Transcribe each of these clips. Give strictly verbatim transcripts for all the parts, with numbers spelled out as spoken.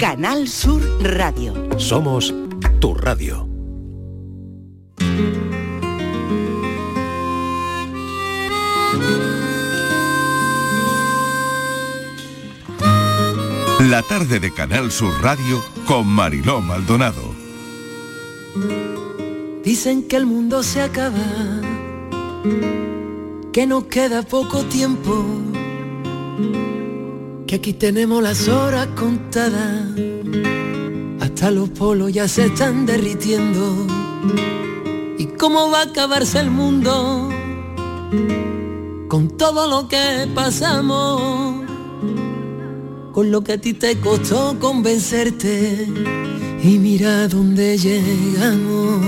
Canal Sur Radio. Somos tu radio. La tarde de Canal Sur Radio con Mariló Maldonado. Dicen que el mundo se acaba, que nos queda poco tiempo, que aquí tenemos las horas contadas, hasta los polos ya se están derritiendo. ¿Y cómo va a acabarse el mundo con todo lo que pasamos? Con lo que a ti te costó convencerte y mira dónde llegamos.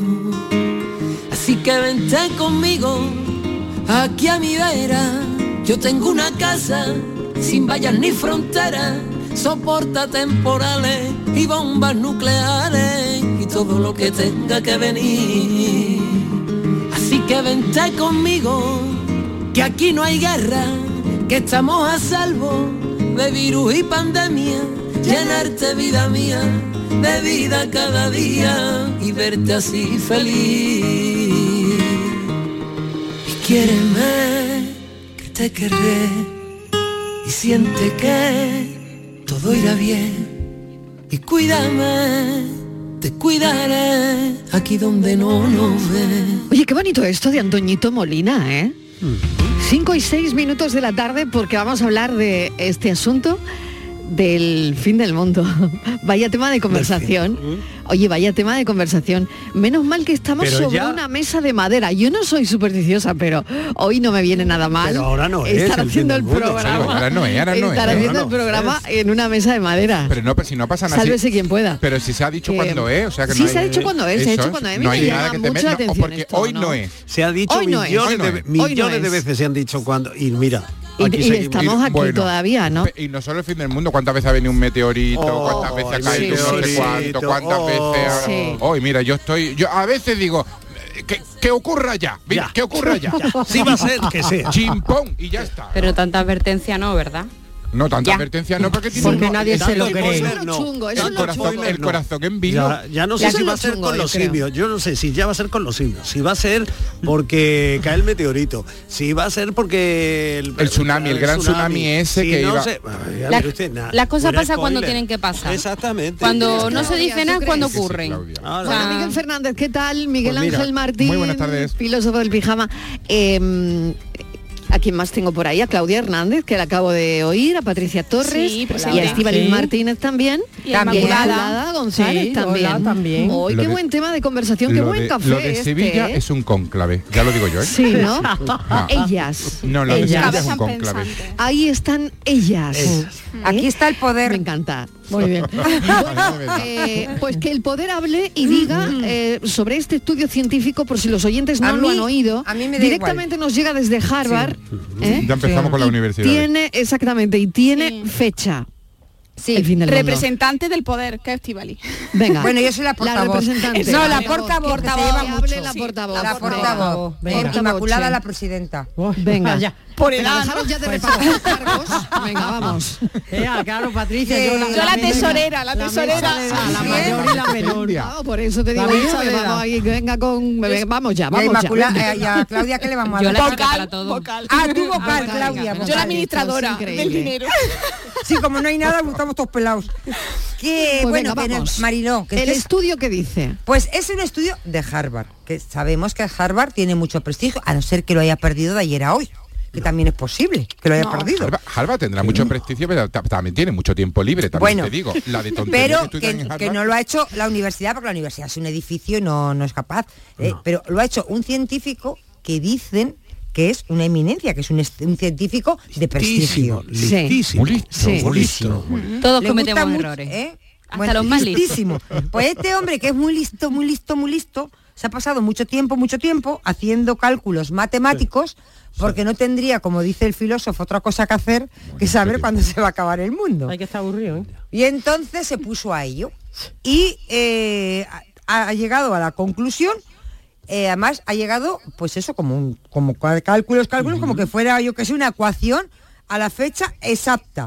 Así que vente conmigo aquí a mi vera. Yo tengo una casa sin vallas ni fronteras, soporta temporales y bombas nucleares y todo lo que tenga que venir. Así que vente conmigo que aquí no hay guerra, que estamos a salvo de virus y pandemia, llenarte vida mía de vida cada día y verte así feliz. Y quiéreme que te querré y siente que todo irá bien y cuídame, te cuidaré aquí donde no nos ven. Oye, qué bonito esto de Antoñito Molina, ¿eh? cinco y seis minutos de la tarde porque vamos a hablar de este asunto del fin del mundo. Vaya tema de conversación. Oye, vaya tema de conversación. Menos mal que estamos pero sobre ya... una mesa de madera. Yo no soy supersticiosa, pero hoy no me viene nada mal. Pero ahora no es estar el haciendo el fin del mundo, programa. Claro, ahora no es, ahora no es. Estar haciendo No, el no, programa es. en una mesa de madera. Pero no, pero si no pasa nada. Sálvese si, quien pueda. Pero si se ha dicho Eh, cuándo es, o sea que sí no hay, se ha dicho cuándo es, se ha eso dicho cuándo es. No hay Mira, nada llama que te mucho la no, atención porque esto, hoy ¿no? no es. Se ha dicho Hoy no es. millones, Hoy no de, es. millones Hoy no de es. veces se han dicho cuando. Y mira, Y, aquí y seguimos. estamos aquí Bueno, todavía, ¿no? Y no solo el fin del mundo, ¿cuántas veces ha venido un meteorito? Oh, ¿Cuántas veces ha el caído no sé meteorito, cuánto? ¿Cuántas oh. veces? ha- Sí. Hoy, mira, yo estoy... Yo a veces digo... Que, que ocurra ya, mira, Ya. que ocurra ya. Sí va a ser que sea. Chimpón y ya está. Pero tanta advertencia no, ¿verdad? No, tanta Ya. advertencia no, porque tiene Porque un- nadie se lo Tanto cree. spoiler, Eso es lo no. chungo, eso el es lo corazón, chungo. el corazón en vino. Ya, ya no sé Ya si eso va a es ser lo chungo, con yo los creo. simios. Yo no sé si ya va a ser con los simios. Si va a ser porque cae el meteorito. Si va a ser porque el, El tsunami, el gran tsunami ese si que no iba- sé, ya La- mire usted, nada, las cosas fuera pasan cuando spoiler. tienen que pasar. Exactamente. Cuando Ya no está. se dice ¿tú nada, crees? cuando Sí, sí, ocurren. Claudia. Ah, O Bueno, sea, Miguel Fernández, ¿qué tal? Miguel Pues mira, Ángel Martín, muy buenas tardes. filósofo del pijama. Eh, ¿A quién más tengo por ahí? A Claudia Hernández, que la acabo de oír, a Patricia Torres Sí, y presente. a Estíbaliz Sí. Martínez también. Y a Y a Inmaculada. Inmaculada González Sí, también. hola, también. Hoy Lo qué de- buen tema de conversación, qué Lo buen de- café Lo de este, Sevilla ¿eh? es un cónclave, ya lo digo yo, ¿eh? Sí, ¿no? Ah. Ellas. No, lo de Ellas. Sevilla es un cónclave. Ahí están ellas. Ellas. ¿Eh? Aquí está el poder. Me encanta. Muy bien. Bueno, eh, pues que el poder hable y diga eh, sobre este estudio científico, por si los oyentes no A lo mí- han oído. a mí me da Directamente nos llega desde Harvard. ¿eh? Ya empezamos con la Y universidad. Tiene, exactamente, y tiene Sí. fecha. Sí, El fin del mundo. representante del poder, que es Estíbaliz. Venga. Bueno, yo soy la portavoz. representante. No, la Vale, portavoz, que que se se lleva hable mucho. la Sí, portavoz. La portavoz. Venga. Eh, Portavoce. Inmaculada, la presidenta. Venga. Ya. Por Venga, edad, dejaros ¿no? ya de Pues repartir cargos. Venga, vamos. claro, Patricia. yo la- Yo la tesorera, la tesorera. La mayor y la menor. No, por eso te digo La yo, mesa que de vamos edad. ahí, venga con... Vamos ya, Y a vamos ya. Inmaculada, venga. eh, y a Claudia, ¿qué le vamos a Yo dar? la chica para Vocal, todo. vocal. Ah, tu vocal, vocal, Claudia. venga. Yo la vocal. administradora Esto es del increíble. dinero. Sí, como no hay nada, estamos todos pelados. Que, Pues bueno, venga, que no- vamos. Mariló, que El es- estudio que dice. pues es un estudio de Harvard, que sabemos que Harvard tiene mucho prestigio, a no ser que lo haya perdido de ayer a hoy, que también es posible que lo haya No. perdido. Harvard, Harvard tendrá mucho prestigio, pero ta- también tiene mucho tiempo libre, también Bueno, te digo. La de tontería pero que estudian que, en Harvard. que no lo ha hecho la universidad, porque la universidad es un edificio y no, no es capaz, eh, pero lo ha hecho un científico que dicen que es una eminencia, que es un, est- un científico de prestigio. Listísimo, listísimo. Muy listo, Sí. muy listo. Todos Le cometemos gusta mucho, errores. ¿eh? Hasta los más listos. listísimo. Pues este hombre, que es muy listo, muy listo, muy listo, se ha pasado mucho tiempo, mucho tiempo haciendo cálculos matemáticos, porque no tendría, como dice el filósofo, otra cosa que hacer que saber cuándo se va a acabar el mundo. Hay que estar aburrido, ¿eh? Y entonces se puso a ello. Y eh, ha, ha llegado a la conclusión, eh, además ha llegado, pues eso, como un, como cálculos, cálculos, como que fuera, yo que sé, una ecuación a la fecha exacta.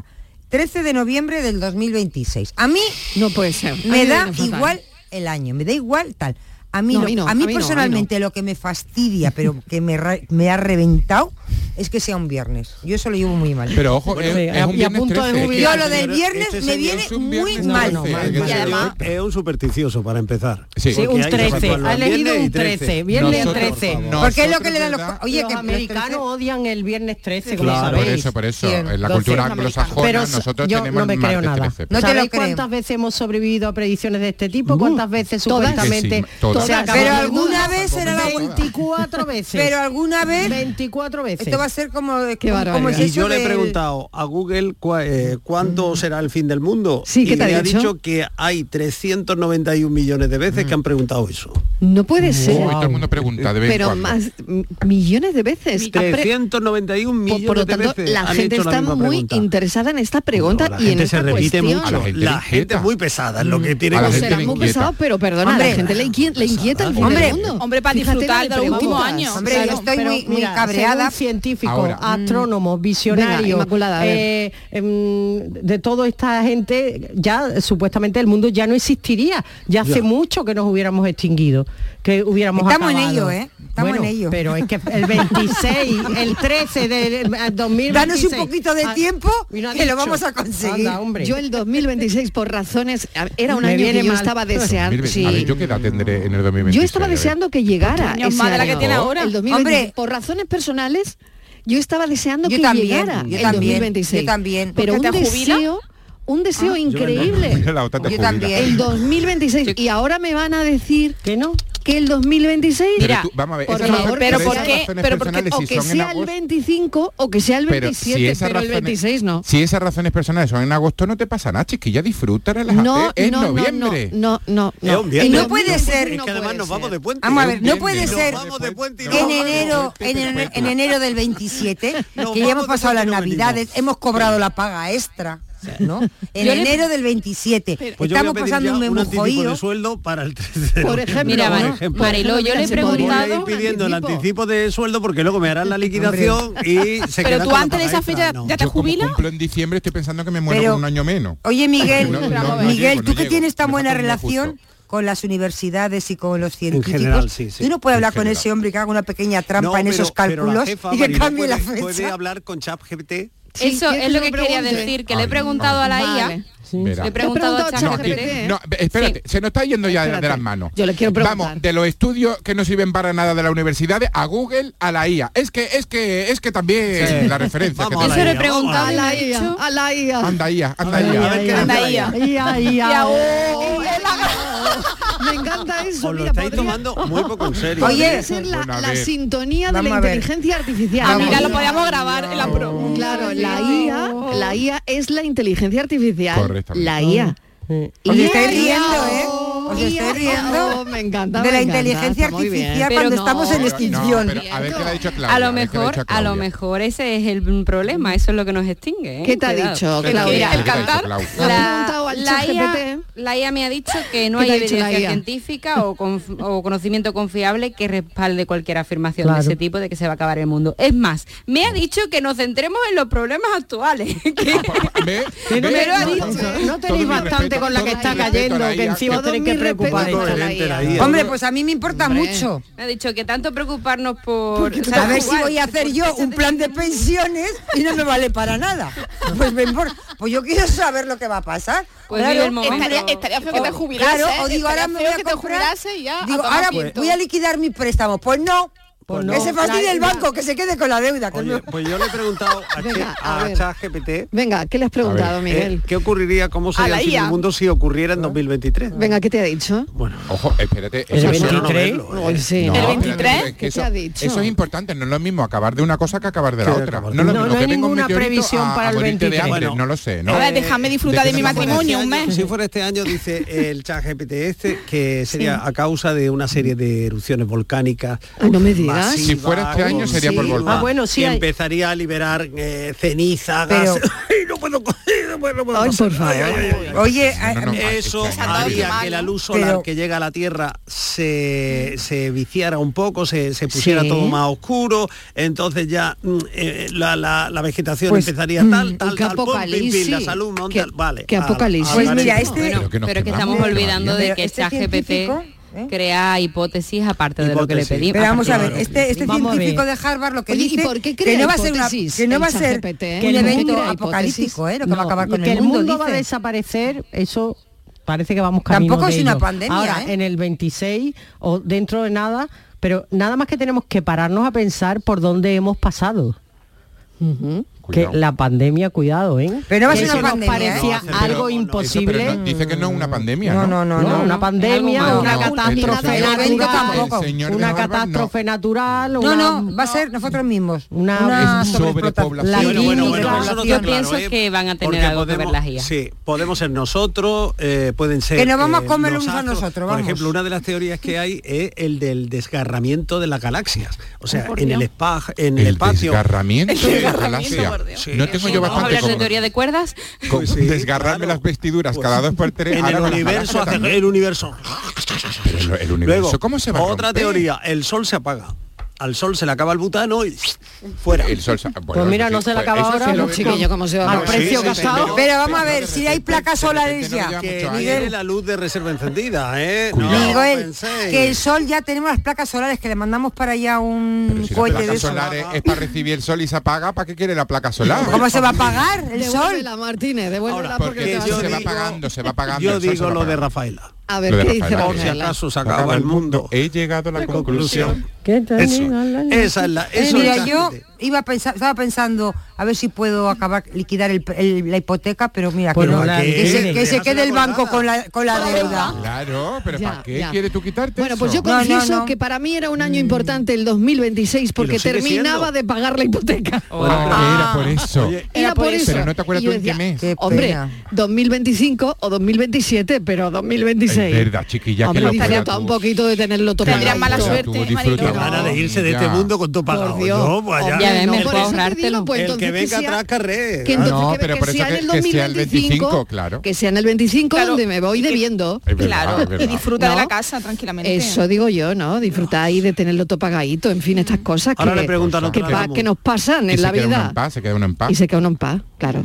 trece de noviembre del dos mil veintiséis. A mí no puede ser. Me da igual el año, me da igual tal. A mí, No, no, a mí no, a mí a mí no, personalmente a mí lo que me fastidia, pero que me, ra- me ha reventado, es que sea un viernes. Yo eso lo llevo muy mal. Pero ojo, es, es un viernes trece. Yo lo del viernes Este me señor viene es un muy viernes mal. trece, mal, que mal. ese Y además, señor es un supersticioso para empezar. Sí, Sí, un Porque hay que trece, sacarlo ha el elegido viernes y un trece, viernes Nosotros, trece. por favor. porque es lo que le dan los... ¿verdad? Oye, los que los americanos trece odian el viernes trece, como Claro. Por sabéis. eso, por eso. Bien. En la Entonces, cultura pero anglosajona nosotros yo tenemos no me el creo martes nada. trece. No te ¿Sabéis lo creo. cuántas veces hemos sobrevivido a predicciones de este tipo? ¿Cuántas veces Todas. supuestamente Sí, todas. se acaba Pero de- alguna vez será la veinticuatro veces. Pero alguna vez veinticuatro veces. esto va a ser como, Qué como, como barbaridad. es Y eso yo le he del- preguntado a Google cua- eh, cuánto será el fin del mundo. Sí, ¿qué y te ha me ha dicho? dicho que hay trescientos noventa y un millones de veces que han preguntado eso. No puede Uy, ser. todo el mundo pregunta de vez en Pero cuando. más m- millones de veces. Ha pre- trescientos noventa y un por, millones por lo de tanto, veces la han gente hecho la está misma muy pregunta. interesada en esta pregunta No, la y en gente esta se repite cuestión. mucho. A la gente La le gente inquieta. es muy pesada en lo que tiene A la que gente Será le muy inquieta. pesado, pero perdona, Hombre, a la gente le, inqui- le inquieta el fin Hombre, del mundo. hombre, para Fíjate disfrutar lo que de los últimos preguntas. años. Hombre, yo Claro, estoy Pero, muy, muy mira, cabreada. según científicos, Ahora. astrónomos, visionarios, Venga, Inmaculada, a ver. eh, em, de toda esta gente, ya supuestamente el mundo ya no existiría. Ya hace Ya. mucho que nos hubiéramos extinguido, que hubiéramos Estamos en acabado. ello, ¿eh? Estamos Bueno, en ello. Pero es que el veintiséis, el trece de dos mil veintiséis... Danos un poquito de ah, tiempo y no ha que lo dicho. vamos a conseguir. Anda, hombre. Yo el dos mil veintiséis por razones a- era un Me año viene que yo mal. estaba deseando. A Sí. ver, ¿yo qué edad tendré en el dos mil veintiséis? Yo estaba deseando que llegara Años ese más de la año. que tiene ahora. El dos mil veintiséis. Hombre. Por razones personales, yo estaba deseando Yo que también, llegara yo el también, dos mil veintiséis. yo también. Pero un ¿Porque te jubila? deseo, un deseo Yo increíble. Mira, la otra te Yo jubila. también. El dos mil veintiséis. Y ahora me van a decir ¿Que no? que el dos mil veintiséis Pero Mira, tú- vamos a ver, por esas favor, razones- pero esas ¿por qué? razones Pero ¿por qué? personales, o si que son en sea el agosto- veinticinco o que sea el pero veintisiete, si esas pero el razones- veintiséis no. Si esas razones personales son en agosto, no te pasa nada, chiquilla, disfrútala, las No, haces en no, no, noviembre. no, no, no. Es un viernes. En No dos mil puede veintiséis ser. Es no que además puede nos vamos ser. de puente. Vamos a Es ver, un no puede viernes. ser Nos vamos de puente y que nos en vamos de enero, puente, en, en- puente. en enero del veintisiete, Nos que ya vamos hemos de pasado las puente y no navidades, hemos cobrado la paga extra, ¿no? En Yo le- enero del veintisiete. Pues yo voy a Estamos pedir pasando ya un un anticipo membujoío. de sueldo para el trece de Por noviembre. ejemplo, Mira, ¿no? Mari- Por ejemplo, Marilo, yo le he se podría Voy a preguntado- ir pidiendo el anticipo. anticipo de sueldo porque luego me harán la liquidación y se Pero quedan tú con la antes de paga esa extra, fecha no. ya te Yo como jubilas. cumplo en diciembre estoy pensando que me muero Pero- con un año menos. Oye, Miguel, No, no, no, no Miguel, llego, tú no que llego. tienes tan Me buena falta un mes relación justo. con las universidades y con los científicos, general, sí, sí. tú no puedes En hablar con general. ese hombre que haga una pequeña trampa No, en pero- esos pero la cálculos jefa, y que Marilo, cambie la puede- fecha. Puede hablar con ChatGPT. Sí, Eso ¿quieres es lo me que quería pregunte? decir, que le he Ay, preguntado a la vale. I A. Vale. Verá. Le he preguntado a Te he preguntado a No, ChatGPT. ChatGPT. no, espérate, se nos está yendo ya de- de Espérate. las manos. Yo le quiero preguntar. Vamos, de los estudios que no sirven para nada de las universidades a Google, a la I A. Es que, es que, es que también Sí. la referencia Vamos que a la Eso le he I A, preguntado vamos y me A ha la I A, dicho. a la I A. Anda I A, anda I A ver, A. a ver qué Anda, dice I A. la I A. Ya, ya, Ya, oh. Me encanta eso. Os lo Mira, estáis podría- tomando muy poco en serio. Oye, podría ser la, Bueno, a la ver. sintonía de Vamos la a ver. inteligencia artificial. Ah, mira, Ay, lo podíamos grabar en la pro. Claro, la I A, la I A es la inteligencia artificial. Correctamente. La I A. Os I A, estáis I A, riendo, ¿eh? oh, Os I A, estáis riendo oh, me encanta, de me la encanta, inteligencia está muy bien. artificial Pero cuando no, estamos en pero- extinción. No, pero a ver qué le ha dicho Claudia. A lo ver qué le ha mejor, dicho a lo Claudia. mejor ese es el problema, eso es lo que nos extingue. ¿eh? ¿Qué te ha Cuidado. dicho, ¿Qué- Claudia? qué- El qué te ha dicho cantar, Claudia? ¿Le has la, preguntado al la I A, ChatGPT? la I A me ha dicho que no ¿Qué te hay ha dicho la evidencia I A? científica o, conf- o conocimiento confiable que respalde cualquier afirmación Claro. de ese tipo de que se va a acabar el mundo. Es más, me ha dicho que nos centremos en los problemas actuales. que- ¿Ve? Que no, ¿Ve? me- lo ha no, dicho. no Todo tenéis mi bastante respeto, con la todo que mi está respeto a cayendo, la que I A. encima Todo tenéis mi que preocuparos. respeto a la Coherente I A. la I A. Hombre, pues a mí me importa Hombre. mucho. Me ha dicho que tanto preocuparnos por... o sea, A ver si igual, voy a hacer yo un plan de pensiones y no me vale para nada. Pues me importa. Pues yo quiero saber lo que va a pasar. Pues Claro, vive el momento. estaría- Estaría feo que te o- jubilase. Claro, o digo, estaría ahora me feo voy a que te comprar. jubilase y ya. Digo, a tomar ahora viento. voy a liquidar mi préstamo. Pues no. Pues Que no. se fastidie el banco, que se quede con la deuda. que Oye, no- pues yo le he preguntado a, Venga, Che- a a ver. ChatGPT Venga, ¿qué le has preguntado, eh, Miguel? qué ocurriría, cómo A sería la el fin I A. del mundo si ocurriera en dos mil veintitrés. Venga, ¿qué te ha dicho? Bueno, Ojo, espérate. El eso- espero no veintitrés. verlo, Hoy eh. sí. No, ¿El espérate, veintitrés? es que ¿Qué eso, te ha dicho? eso es importante, no es lo mismo acabar de una cosa que acabar de la Sí, otra. acabar No, es de lo No, mismo no hay que tenga un ninguna meteorito previsión a- para a el morirte de veintitrés. hambre, Bueno, no lo sé, ¿no? A ver, déjame disfrutar ¿de de qué mi se puede matrimonio Este un año- mes. Si fuera este año, dice el ChatGPT este, que sería a causa de una serie de erupciones volcánicas. Ay, no me digas. masivas, Si fuera este año sería por continuas, volcán. Ah, bueno, sí que hay- empezaría a liberar eh, ceniza, Pero- gas. Ay, no puedo coger, no no puedo, no puedo Ay, pasar. por favor. Ay, ay, ay, ay. Oye, No, no, no, eso es que- haría que la luz solar Pero- que llega a la Tierra se, se viciara un poco, se, se pusiera Sí. todo más oscuro, entonces ya mm, eh, la, la- la vegetación Pues, empezaría mm, tal, tal, qué tal, pum, pim, pim, apocalipsis. la salud Qué- mundial, vale. qué ala, apocalipsis. ala, Pues ala, mira, ala. este- Pero que nos Pero que quemamos, estamos que olvidando todavía. de Pero que este ChatGPT científico, ¿eh? crea hipótesis aparte de lo que le Hipótesis. pedimos. Pero vamos a aparte ver, de lo que este, este Vamos a científico ver. de Harvard lo que Oye, ¿y dice por qué que crea no va a ser una, hipótesis que no va a el ser ChatGPT, ¿eh? un Que el mundo evento crea apocalíptico, ¿eh? Lo que va a No, acabar con que el el mundo, mundo va a dice. desaparecer, eso parece que vamos camino Tampoco de es una ello. pandemia, Ahora, ¿eh? en el veintiséis o dentro de nada, pero nada más que tenemos que pararnos a pensar por dónde hemos pasado. Ujú. Que Cuidado. la pandemia, cuidado, ¿eh? Pero no va a Que ser eso una nos pandemia, parecía ¿eh? No, algo pero- imposible. Pero no- dice que no es una pandemia, No, ¿no? no, no, No, no. una pandemia, Algo una malo. catástrofe El evento natural, tampoco. El señor de una Harvard, catástrofe natural, No, una, no, va a ser nosotros mismos. Una- Una es sobreexplota- sobrepoblación. La Bueno, bueno, bueno, química- eso no Yo está claro, pienso ¿eh? que van a tener Porque algo que ver podemos- las I A. Sí, podemos ser nosotros, eh, pueden ser... Que nos vamos a eh, comer los unos a astros. nosotros, Por vamos. ejemplo, una de las teorías que hay es el del desgarramiento de las galaxias. O sea, por en el, Dios. spa, en el, El espacio... desgarramiento de la desgarramiento, galaxia. por Dios. Sí. No tengo yo Vamos a bastante hablar de con, teoría de cuerdas. con Sí, desgarrarme claro. las vestiduras Pues, cada dos por tres. En ahora el con las universo, galaxias hace- también. el universo... Pero el, el universo, Luego, ¿cómo se va a otra romper? teoría, el sol se apaga. Al sol se le acaba el butano y fuera. El sol se- bueno, Pues mira, no se le pues acaba eso ahora, sí lo no, veo. chiquillo, ¿cómo se va a al apagar? precio Sí, sí, gastado. sí, Pero vamos a ver, de si hay repente- placas de repente solares no ya. lleva Que mucho aire. tiene la luz de reserva encendida, ¿eh? No, Miguel, penséis. que el sol ya tenemos las placas solares, que le mandamos para allá un Pero si la cohete placa de eso. solar es, es para recibir el sol y se apaga, ¿para qué quiere la placa solar? ¿Cómo se va a apagar el sol? Devuélvela, Martínez, devuélvela Ahora, porque Porque te vas eso a se va hacer- apagando, se va apagando. Yo el sol se digo va lo de apagando. Rafaela. A ver, Lo de ¿qué dice Rafaela. Por si Rafaela? acaso se Se acaba el mundo. He llegado a la, conclusión. ¿Qué tal? Eso, esa es la... Eso Mira, es la yo gente. iba a pensar, estaba pensando a ver si puedo acabar liquidar el, el- la hipoteca, pero mira, Pues que, no, no la que se, liquides. que se quede el banco con la, con la deuda. Claro, pero Ya, ¿para qué ya. quieres tú quitarte Bueno, pues eso? yo No, no, confieso no. que para mí era un año importante el dos mil veintiséis porque lo sigue terminaba siendo. de pagar la hipoteca. Bueno, pero era por eso. Oye, Era por eso. Pero no te acuerdas Y yo tú en qué decía, mes. Qué hombre, pena. dos mil veinticinco o dos mil veintisiete, pero dos mil veintiséis. Es verdad, chiquilla, Hombre, que locura disfruta tú. un poquito de tenerlo todo Tendrías mala pagadito. suerte, Tú disfruta. Mariló. Qué ganas de irse de Ya. este mundo con todo pagado. Por Dios. ¿no? Pues allá. Hombre, Ya ves, no, mejor por eso te ahorrártelo. digo, pues El entonces que venga sea- atrás carré. que entonces No, que- pero que por eso sea en que- el que sea el dos mil veinticinco, veinticinco, claro. que sea en el veinticinco Claro, donde me voy y que- debiendo. Es verdad, Claro, es verdad. y disfruta ¿No? de la casa tranquilamente. Eso digo yo, ¿no? Disfrutar ahí de tenerlo todo pagadito, en fin, estas cosas Ahora que, le preguntan a que, otra pa- vamos. que nos pasan Y en se la queda uno vida. en paz, se queda uno en paz. Y se queda uno en paz, claro.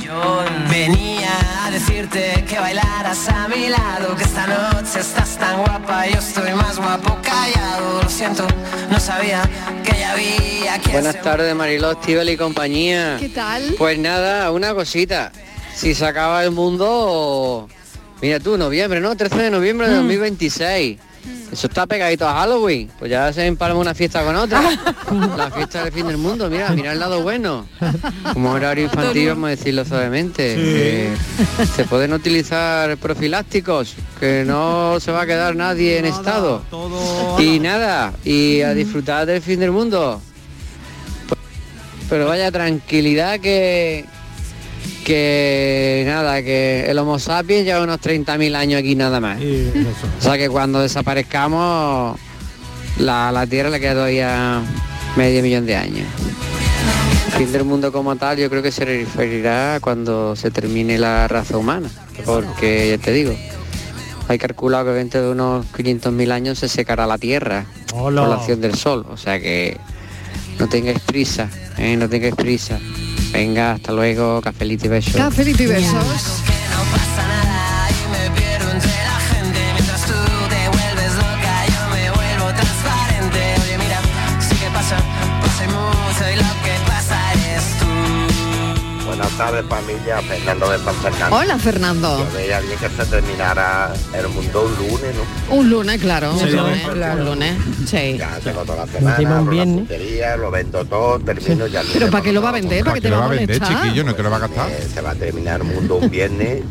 Venía a decirte que bailaras a mi lado, que esta noche estás tan guapa, yo estoy más guapo callado. Lo siento, no sabía que ya había quien Buenas se- tardes, Mariló, Estíbal y compañía. ¿Qué tal? Pues nada, una cosita. Si se acaba el mundo, mira tú, noviembre, ¿no? trece de noviembre de dos mil veintiséis. Eso está pegadito a Halloween. Pues ya se empalma una fiesta con otra. La fiesta del fin del mundo, mira, mira el lado bueno. Como horario infantil, vamos a decirlo suavemente. Eh, se pueden utilizar profilácticos, que no se va a quedar nadie en estado. Y nada, y a disfrutar del fin del mundo. Pero vaya tranquilidad que que nada, que el Homo sapiens lleva unos treinta mil años aquí nada más. O sea que cuando desaparezcamos la, la Tierra le queda todavía medio millón de años. El fin del mundo como tal yo creo que se referirá a cuando se termine la raza humana, porque ya te digo, hay calculado que dentro de unos quinientos mil años se secará la Tierra Hola. por la acción del Sol, o sea que no tengáis prisa, ¿eh? No tengáis prisa. Venga, hasta luego, cafelito y besos. Cafelito y besos. No pasa nada y me pierdo entre la gente. Mientras tú te vuelves loca, yo me vuelvo transparente. Oye, mira, sí que pasa, pasa y mucho y lo que pasa eres tú. Buenas tardes, familia. Fernando de San Fernando. Hola, Fernando. Yo veía bien que se terminara el mundo un lunes, ¿no? Un lunes, claro. Sí, Un lunes, claro. un lunes. Sí. Ya tengo toda la semana, Encima un abro la viernes. frutería, lo vendo todo, termino ya el lunes. Pero ¿para qué lo va a cuando vender? ¿Para qué te lo va a va a vender, molestar? chiquillo? No te lo va a gastar. Eh, se va a terminar el mundo un viernes.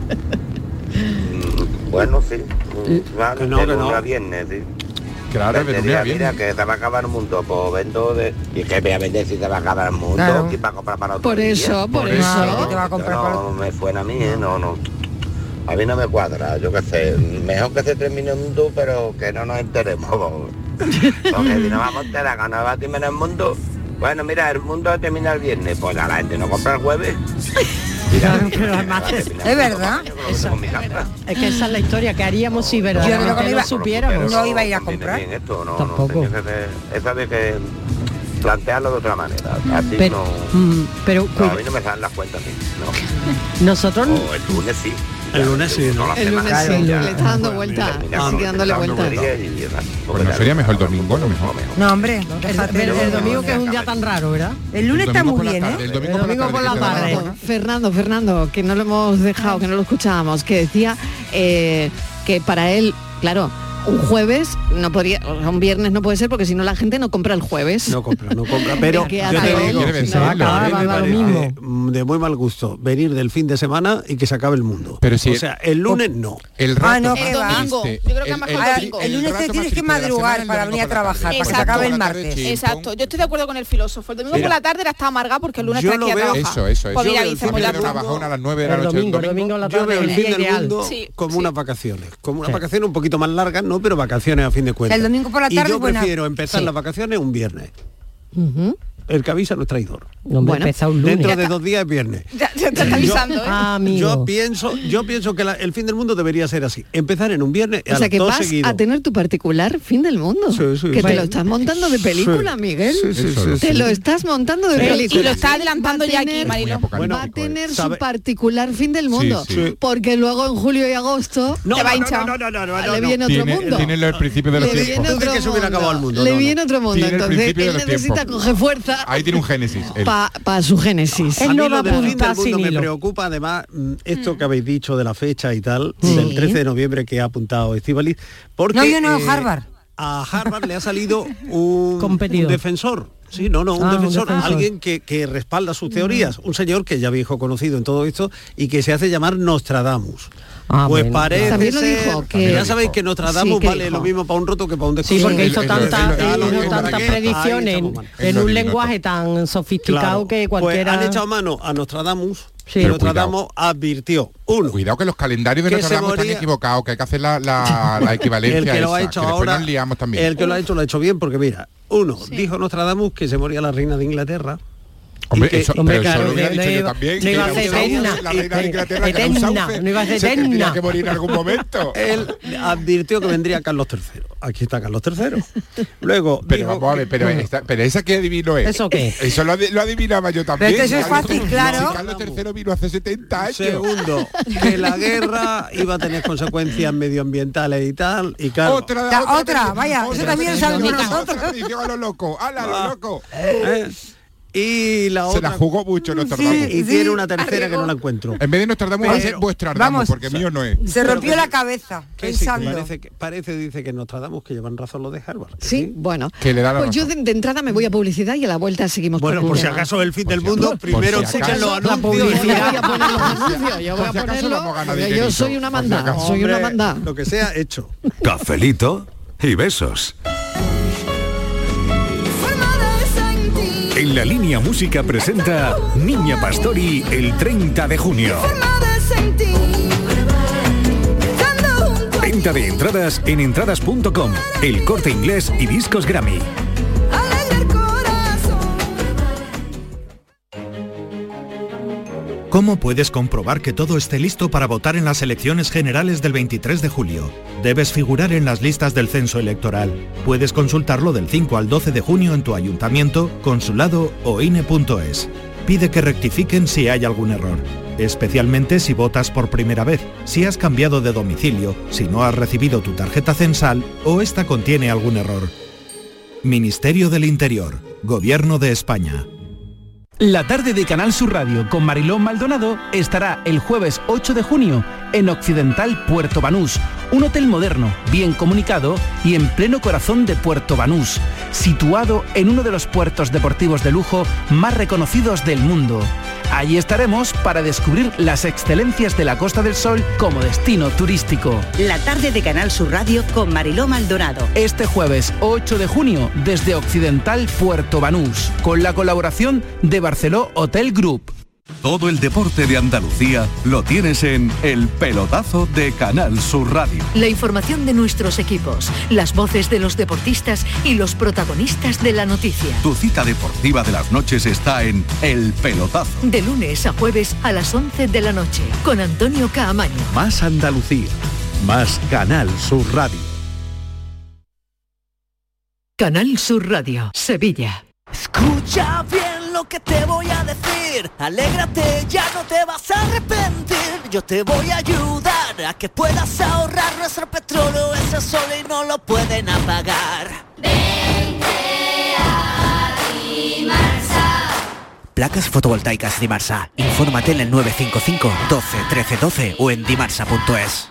Mm, bueno, sí. Mm, Vale, Que no, de que lunes no. a viernes, sí. Claro, de lunes Vendería, a mira, viernes. que se va a acabar el mundo, pues vendo de... ¿Y qué voy a vender si se va a acabar el mundo? Claro. ¿Quién va a comprar para otro Por día? eso, por Por eso. eso. ¿Qué te va a comprar Yo para- no me suena a mí, ¿eh? no, no. A mí no me cuadra, yo qué sé. Mejor que se termine el mundo, pero que no nos enteremos. Porque si nos vamos a enterar que no va a terminar el mundo, bueno, mira, el mundo termina el viernes, pues a la gente no compra el jueves. Pero además, es verdad. Esa- es que esa es la historia que haríamos si Yo creo verdaderamente que no iba- lo supiéramos. no iba a ir a comprar. Bien, esto no, Tampoco. no, tenía que ser- esa de que plantearlo de otra manera. Así Pero, no, mm, pero no, a mí no me salen las cuentas. a mí, No. nosotros O el lunes sí. El lunes sí, ¿no? la El lunes semana sí, ya- le está dando vuelta, termina sigue dándole dando vuelta. días y ya está. Pues no sería mejor el domingo, lo mejor. No, hombre, el, déjate. el- el domingo que es un día tan raro, ¿verdad? El lunes está domingo muy por la bien, tarde, ¿eh? El domingo, El domingo por la que se da tarde. hora. Fernando, Fernando, que no lo hemos dejado, que no lo escuchábamos, que decía eh, que para él, claro, un jueves no podría, o sea, un viernes no puede ser porque si no la gente no compra el jueves. No compra, no compra. Pero ¿Qué yo hace te él? digo, Quiere Se va a vencerlo, acabar, a mí va a me dar lo parece mismo. mm, de muy mal gusto venir del fin de semana y que se acabe el mundo. Pero si- o sea, el lunes no. El rato Ah, no, más que va. domingo. triste, Yo creo que mejor Ahora, domingo. el lunes rato te más tienes que triste de la madrugar semana es el para domingo venir a por la tarde. trabajar, para que se Exacto. acabe el Por la tarde, martes. chimpún. Exacto, yo estoy de acuerdo con el filósofo. El domingo Mira. por la tarde era está amargado porque el lunes Yo está aquí lo a veo- trabajar. Eso, eso, eso. Pues mira, Yo veo el dicen, fin pues de ya Tener una tú. bajón a las nueve de la El noche domingo, del el domingo domingo. en la Yo tarde veo el es fin día del ideal. mundo Sí, como sí. unas vacaciones, como unas Sí. vacaciones un poquito más largas, no, pero vacaciones a fin de cuentas. El domingo por la Y tarde yo es buena. prefiero empezar Sí. las vacaciones un viernes. Ujú. El que avisa no es traidor. No me Bueno, empezó un lunes. Dentro de dos días es viernes. Ya, ya te está avisando, ¿eh? Ah, amigo. Yo pienso, yo pienso que la- el fin del mundo debería ser así. Empezar en un viernes O sea al que dos vas seguido. a tener tu particular fin del mundo. Sí, sí, que sí. te lo estás montando de película, Sí. Miguel. Sí, sí, sí, Te sí. lo estás montando de Sí, película. y lo está adelantando Va a ya aquí, tener- Marilo. Bueno, va a tener ¿sabe? su particular fin del mundo. Sí, sí. Porque luego en julio y agosto No, Te va no, hinchado. no, no, no, no, no, le no. viene otro Tiene, mundo. tiene el principio de los Le viene tiempos. ¿Tú crees otro que se hubiera mundo. acabado el mundo? Le No, no. viene otro mundo. Tiene el Entonces principio de él los necesita tiempos. coger fuerza Ahí tiene un génesis. él. para su génesis. Él A mí no lo va a del fin del apuntar sin mundo me hilo. preocupa además mm, esto que habéis dicho de la fecha y tal, Sí. del trece de noviembre que ha apuntado Estíbaliz, porque No, yo no, eh, Harvard. a Harvard le ha salido un, Competidor. un defensor. Sí, no, no, un, Ah, un defensor, defensor. alguien que, que respalda sus teorías, un señor que ya viejo conocido en todo esto y que se hace llamar Nostradamus. Ah, pues bueno, parece También lo ser- dijo que- ya sabéis que Nostradamus Sí, que vale dijo. lo mismo para un roto que para un Sí, descosido. porque Él- hizo él- tanta- él- él- hizo él- él- tantas él- él- predicciones ahí en, estamos mal. Él en lo un adivinó lenguaje tan sofisticado que cualquiera... Pues han echado mano a Nostradamus Sí. y Pero Nostradamus advirtió, uno, Cuidado que los calendarios de Que se Nostradamus están moría- equivocados, que hay que hacer la, la, la equivalencia el que lo esa, ha hecho que después ahora, nos liamos también. el que lo ha hecho lo ha hecho bien porque mira, uno, dijo Nostradamus que se moría la reina de Inglaterra. Hombre, y que- eso, Hombre, pero eso claro, lo hubiera no dicho yo iba- también. no iba a que ser era un eterna. sauce, la reina de Inglaterra, que era un Eterna, sauce, no iba a ser se tendría eterna. que morir en algún momento. Él advirtió que vendría Carlos tercero. Aquí está Carlos tercero. Luego, Pero dijo vamos a ver, que- pero, esta- pero esa que adivino es. ¿Eso qué? Eso lo, adi- lo adivinaba yo también. Pero eso es Carlos- fácil, claro. Si Carlos tercero vino hace setenta años. Segundo, que la guerra iba a tener consecuencias medioambientales y tal. Y claro, Otra, Ya, otra, otra, vaya, eso otra también lo tradición, sabemos otra nosotros. tradición a lo loco, ala, a lo loco. ¿eh? Y la Se otra. la jugó mucho Nostradamus. Y tiene una tercera que no la encuentro. En vez de Nostradamus va a ser Pero- vuestro Ardamus, vamos, porque mío no es. Se rompió la cabeza Que sí, que pensando. parece, que, parece, dice que Nostradamus que llevan razón los de Harvard. que Sí, bueno. Que le da la Pues yo razón. de, de entrada me voy a publicidad y a la vuelta seguimos Bueno, con por el si tema. acaso el fin Por del si mundo, acaso, primero por si escuchen los acaso. La anuncios. Yo publicidad. voy a poner los anuncios, yo voy Por a si acaso ponerlo, vamos a ganar porque yo dinerito, soy una por si manda, acaso. soy una Hombre, manda. Lo que sea hecho. Cafelito y besos. En la línea música presenta Niña Pastori el treinta de junio. Venta de entradas en entradas punto com, El Corte Inglés y Discos Grammy. ¿Cómo puedes comprobar que todo esté listo para votar en las elecciones generales del veintitrés de julio? Debes figurar en las listas del censo electoral. Puedes consultarlo del cinco al doce de junio en tu ayuntamiento, consulado o I N E punto es. Pide que rectifiquen si hay algún error, especialmente si votas por primera vez, si has cambiado de domicilio, si no has recibido tu tarjeta censal o esta contiene algún error. Ministerio del Interior, Gobierno de España. La tarde de Canal Sur Radio con Mariló Maldonado estará el jueves ocho de junio en Occidental Puerto Banús, un hotel moderno, bien comunicado y en pleno corazón de Puerto Banús, situado en uno de los puertos deportivos de lujo más reconocidos del mundo. Allí estaremos para descubrir las excelencias de la Costa del Sol como destino turístico. La tarde de Canal Sur Radio con Mariló Maldonado. Este jueves ocho de junio desde Occidental Puerto Banús, con la colaboración de Barceló Hotel Group. Todo el deporte de Andalucía lo tienes en El Pelotazo de Canal Sur Radio. La información de nuestros equipos, las voces de los deportistas y los protagonistas de la noticia. Tu cita deportiva de las noches está en El Pelotazo. De lunes a jueves a las once de la noche, con Antonio Caamaño. Más Andalucía, más Canal Sur Radio. Canal Sur Radio, Sevilla. Escucha bien lo que te voy a decir. Alégrate, ya no te vas a arrepentir. Yo te voy a ayudar a que puedas ahorrar. Nuestro petróleo es el sol y no lo pueden apagar. Vente a Dimarsa. Placas fotovoltaicas Dimarsa. Infórmate en el nueve cinco cinco, doce, trece, doce o en dimarsa punto es.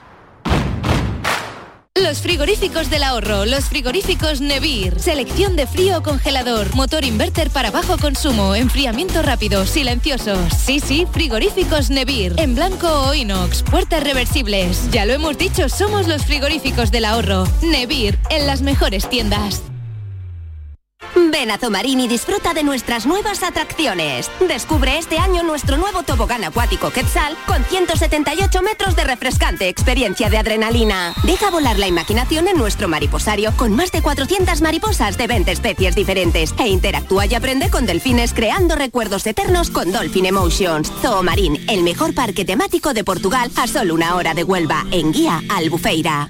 Los frigoríficos del ahorro, los frigoríficos Nevir. Selección de frío o congelador, motor inverter para bajo consumo, enfriamiento rápido, silenciosos. Sí, sí, frigoríficos Nevir. En blanco o inox, puertas reversibles. Ya lo hemos dicho, somos los frigoríficos del ahorro. Nevir, en las mejores tiendas. Ven a Zomarín y disfruta de nuestras nuevas atracciones. Descubre este año nuestro nuevo tobogán acuático Quetzal con ciento setenta y ocho metros de refrescante experiencia de adrenalina. Deja volar la imaginación en nuestro mariposario con más de cuatrocientas mariposas de veinte especies diferentes e interactúa y aprende con delfines creando recuerdos eternos con Dolphin Emotions. Zoomarín, el mejor parque temático de Portugal a solo una hora de Huelva, en Guía Albufeira.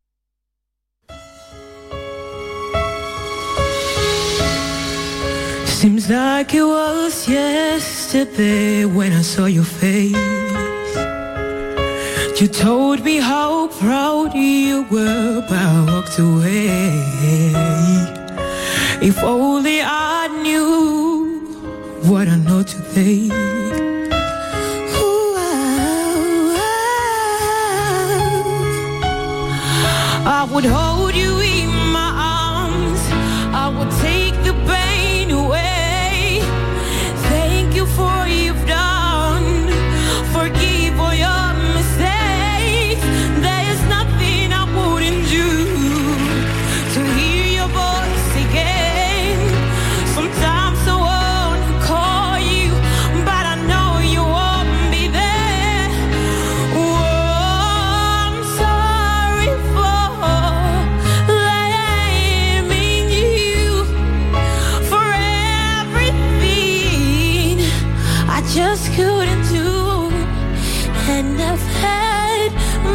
Seems like it was yesterday when I saw your face. You told me how proud you were, but I walked away. If only I knew what I know today. Ooh, I, I would hold you in my arms. I would take the pain away. Thank you for all you've done. Forgive all your mistakes. There's nothing I wouldn't do to hear your voice again. Sometimes I want to call you, but I know you won't be there. Oh, I'm sorry for blaming you for everything I just couldn't do, and I've had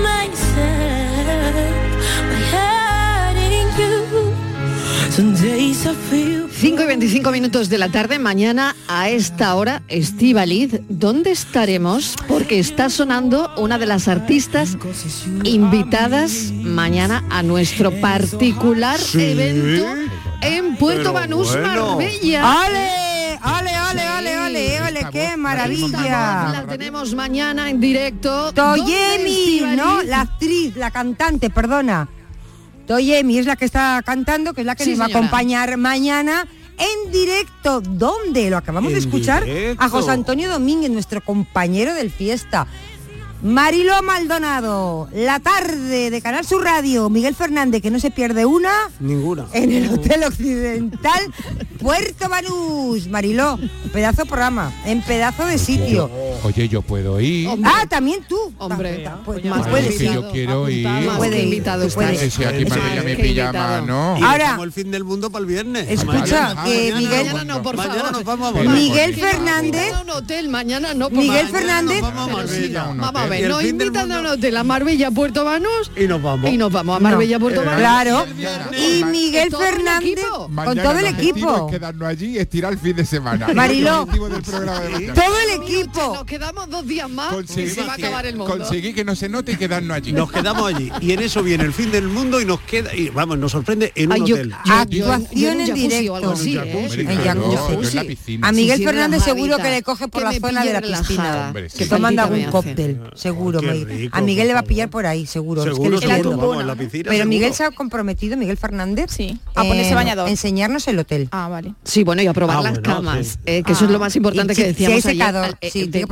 myself, my heart in you. Some days I feel. cinco y veinticinco minutos de la tarde, mañana a esta hora, Estíbaliz, ¿dónde estaremos? Porque está sonando una de las artistas invitadas mañana a nuestro particular Sí. evento en Puerto Pero Banús, bueno. Marbella. ¡Ale! ¡Ale, ale, ale, ale, ale! ¡Qué maravilla! La tenemos mañana en directo. Toyemi, ¿Dónde, ¿no? Estíbaliz? La actriz, la cantante, perdona. Toyemi es la que está cantando, que es la que Sí, nos va a señora. acompañar mañana en directo. ¿Dónde? Lo acabamos de En escuchar directo. a José Antonio Domínguez, nuestro compañero del Fiesta. Mariló Maldonado, la tarde de Canal Sur Radio, Miguel Fernández, que no se pierde una, Ninguna. en el Hotel Occidental Puerto Banús. Mariló, pedazo de programa, en pedazo de sitio. Oye, yo puedo ir. Ah, también tú. Hombre, pues, más más Ay, puedes es que ir. yo quiero ir. Más Puede que ir, invitado tú puedes. está. Si aquí Más Marbella me que pilla invitado. más, ¿no? Y Ahora- dejamos el fin del mundo para el viernes. Escucha, Mañana- que mañana Miguel- nos- Mañana no, por mañana favor. nos vamos a Pero- volar. Miguel Porque- Fernández, A un hotel, mañana no. por Miguel favor. Fernández, Nos vamos a Pero sí, Marbella. un vamos a hotel. ver, Y el nos fin del invitan a un mundo- hotel a Marbella, Puerto Banús Y nos vamos. y nos vamos a Marbella, Puerto Eh, Banús. claro. Mañana. Y Miguel ¿Todo el Fernández, equipo? con Mañana todo el el objetivo equipo. es quedarnos allí y estirar el fin de semana. Mariló. El objetivo del programa de mañana. Todo el Nos equipo. quedamos dos días más y Conseguí se va a que- acabar el mundo. conseguí que no se note y quedarnos allí. Nos quedamos allí. Y en eso viene el fin del mundo y nos queda, y vamos, nos sorprende en un Ay, yo- hotel. yo- Actuación yo- yo en un jacuzzi directo. o algo así, En un ¿eh? jacuzzi, En Claro, jacuzzi. yo en la piscina. A Miguel Sí, sí, Fernández seguro relajadita, que le coge por que la me zona de pille la relajada. piscina. Hombre, sí. Que tomando Maldita algún me hace. cóctel, seguro. Qué Me- rico, a Miguel le va a por pillar favor. por ahí, seguro. Seguro, es que le seguro, entiendo. vamos, en la piscina, Pero Miguel seguro. se ha comprometido, Miguel Fernández, Sí, a ponerse en bañador. enseñarnos el hotel. Ah, vale. Sí, bueno, y a probar Ah, las bueno, camas, sí. eh, que eso es lo más importante Y que si- si decíamos hay ayer, secador, eh, sí, de tiene que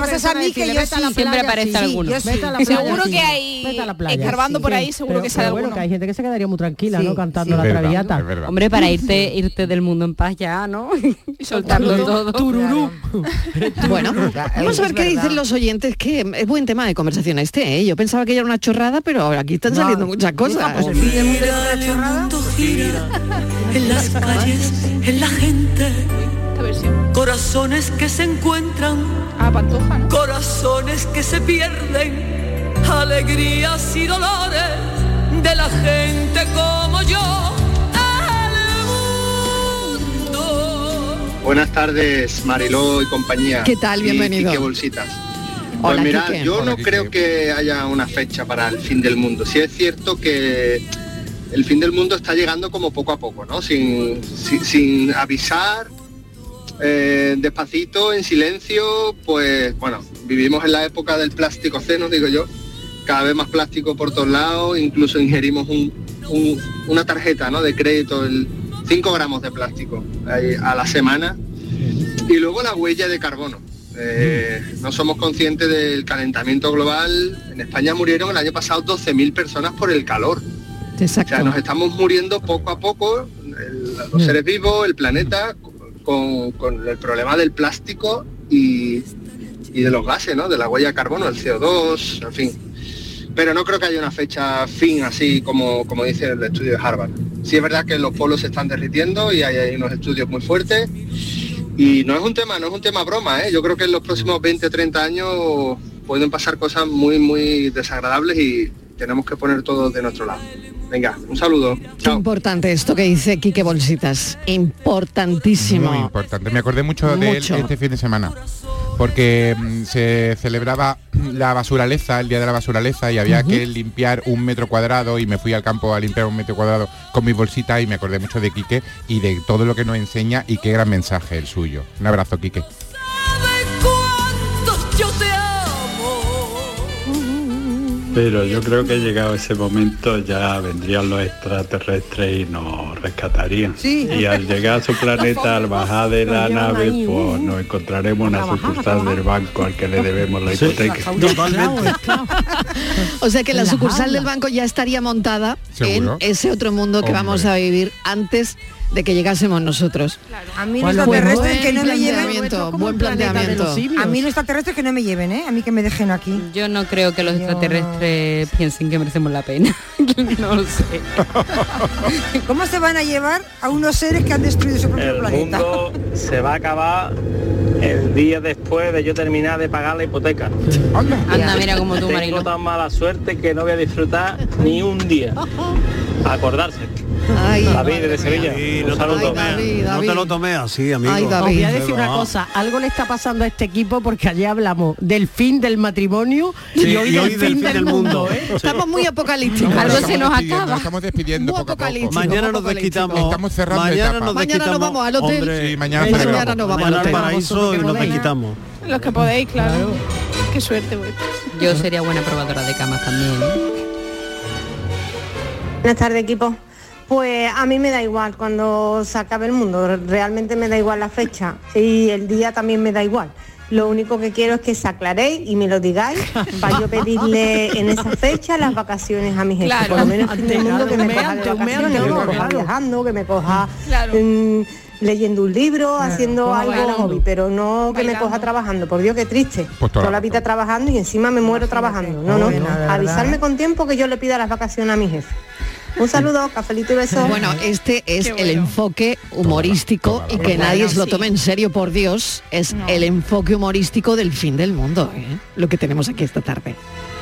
pasas a mí que yo sí. Siempre aparece alguno. Seguro que hay, escarbando por ahí, seguro Pero- que sale pero bueno, alguno. que hay gente que se quedaría muy tranquila, Sí, ¿no? Cantando sí. la Es verdad, traviata. es verdad. Hombre, para irte irte del mundo en paz ya, ¿no? Y soltarlo todo. Tururú. Bueno, vamos a ver qué dicen los oyentes, que es buen tema de conversación este, ¿eh? Yo pensaba que ya era una chorrada, pero aquí están No, saliendo muchas cosas. pues el fin del mundo es una chorrada. En las calles, en la gente. esta versión. Corazones que se encuentran, Ah, Pantoja, ¿no? corazones que se pierden, alegrías y dolores de la gente como yo. El mundo. Buenas tardes, Mariló y compañía. ¿Qué tal? Y Bienvenido. Quique Bolsitas. Pues Hola, mira, Quique. yo Hola, no Quique. creo que haya una fecha para el fin del mundo. Sí es cierto que el fin del mundo está llegando como poco a poco, ¿no? Sin, sin, sin avisar, eh, despacito, en silencio, pues bueno, vivimos en la época del plástico ceno, digo yo. Cada vez más plástico por todos lados, incluso ingerimos un, un- una tarjeta, ¿no?, de crédito, el cinco gramos de plástico ahí a la semana. Y luego la huella de carbono. Eh, no somos conscientes del calentamiento global. En España murieron el año pasado doce mil personas por el calor. Exacto. O sea, nos estamos muriendo poco a poco, el- los seres vivos, el planeta, con, con el problema del plástico y, y de los gases, ¿no?, de la huella de carbono, el C O dos, en fin. Pero no creo que haya una fecha fin así como, como dice el estudio de Harvard. Sí es verdad que los polos se están derritiendo y hay, hay unos estudios muy fuertes. Y no es un tema, no es un tema broma, ¿eh? Yo creo que en los próximos veinte, treinta años pueden pasar cosas muy, muy desagradables y tenemos que poner todo de nuestro lado. Venga, un saludo. Qué importante esto que dice Quique Bolsitas. Importantísimo. Muy importante. Me acordé mucho, de él Mucho. este fin de semana. Porque mm, se celebraba la basuraleza, el día de la basuraleza, y había Ujú. que limpiar un metro cuadrado, y me fui al campo a limpiar un metro cuadrado con mi bolsita, y me acordé mucho de Quique y de todo lo que nos enseña, y qué gran mensaje el suyo. Un abrazo, Quique. Cuántos yo te amo. Pero yo creo que llegado ese momento ya vendrían los extraterrestres y nos rescatarían. Sí. Y al llegar a su planeta, al bajar de la Nos llevan nave, ahí, pues uh. nos encontraremos una trabajar, sucursal del banco al que le debemos la Sí, hipoteca. totalmente. O sea que la En la sucursal jaula. del banco ya estaría montada ¿Seguro? en ese otro mundo que Hombre. vamos a vivir antes de que llegásemos nosotros. A mí los Bueno, extraterrestres buen que no me lleven. planteamiento, buen planteamiento. A mí los extraterrestres que no me lleven, ¿eh? A mí que me dejen aquí. Yo no creo que los extraterrestres piensen que merecemos la pena. No lo sé. ¿Cómo se van a llevar a unos seres que han destruido su propio El planeta? mundo se va a acabar el día después de yo terminar de pagar la hipoteca. Anda, mira como tú, Tengo Marilo. tan mala suerte que no voy a disfrutar ni un día. Acordarse. Ay, David de Sevilla. Sí, Un no, te lo saludo. tomes, David, no David. te lo tomes así, amigo. Ay, Os David. voy a decir una Va. cosa, algo le está pasando a este equipo porque ayer hablamos del fin del matrimonio Sí, y hoy del fin del mundo, ¿eh? Sí. Estamos muy apocalípticos. Algo Estamos se nos despidiendo, acaba. Estamos despidiendo Muy poco a poco. apocalíptico. Mañana Poco nos político. desquitamos. Estamos cerrando mañana etapa. nos Mañana nos desquitamos, vamos al hotel. hombre, Sí, mañana Venga, cerramos. mañana nos vamos al mañana al hotel. paraíso Vosotros y que nos podéis. desquitamos. Los que podéis, claro. Qué suerte, güey. Yo sería buena probadora de camas también. Buenas tardes, equipo. Pues a mí me da igual cuando se acabe el mundo, realmente me da igual la fecha y el día también me da igual. Lo único que quiero es que se aclaréis y me lo digáis para yo pedirle en esa fecha las vacaciones a mi jefe. Claro. Por lo menos el fin del mundo que me Ante- coja de ante- vacaciones, ante- que me ante- coja viajando, que me coja Claro. mm, leyendo un libro, haciendo Pues algo bailando. hobby, pero no que me Bailando. coja trabajando. Por Dios, qué triste. Pues toda Toda la la vida trabajando y encima me muero trabajando. No, no. Bueno, de verdad, Avisarme ¿eh? con tiempo que yo le pida las vacaciones a mi jefe. Un saludo, cafelito y besos. Bueno, este es Qué el bueno. enfoque humorístico y que Bueno, nadie se lo sí. tome en serio, por Dios, es No. el enfoque humorístico del fin del mundo, ¿eh? Lo que tenemos aquí esta tarde.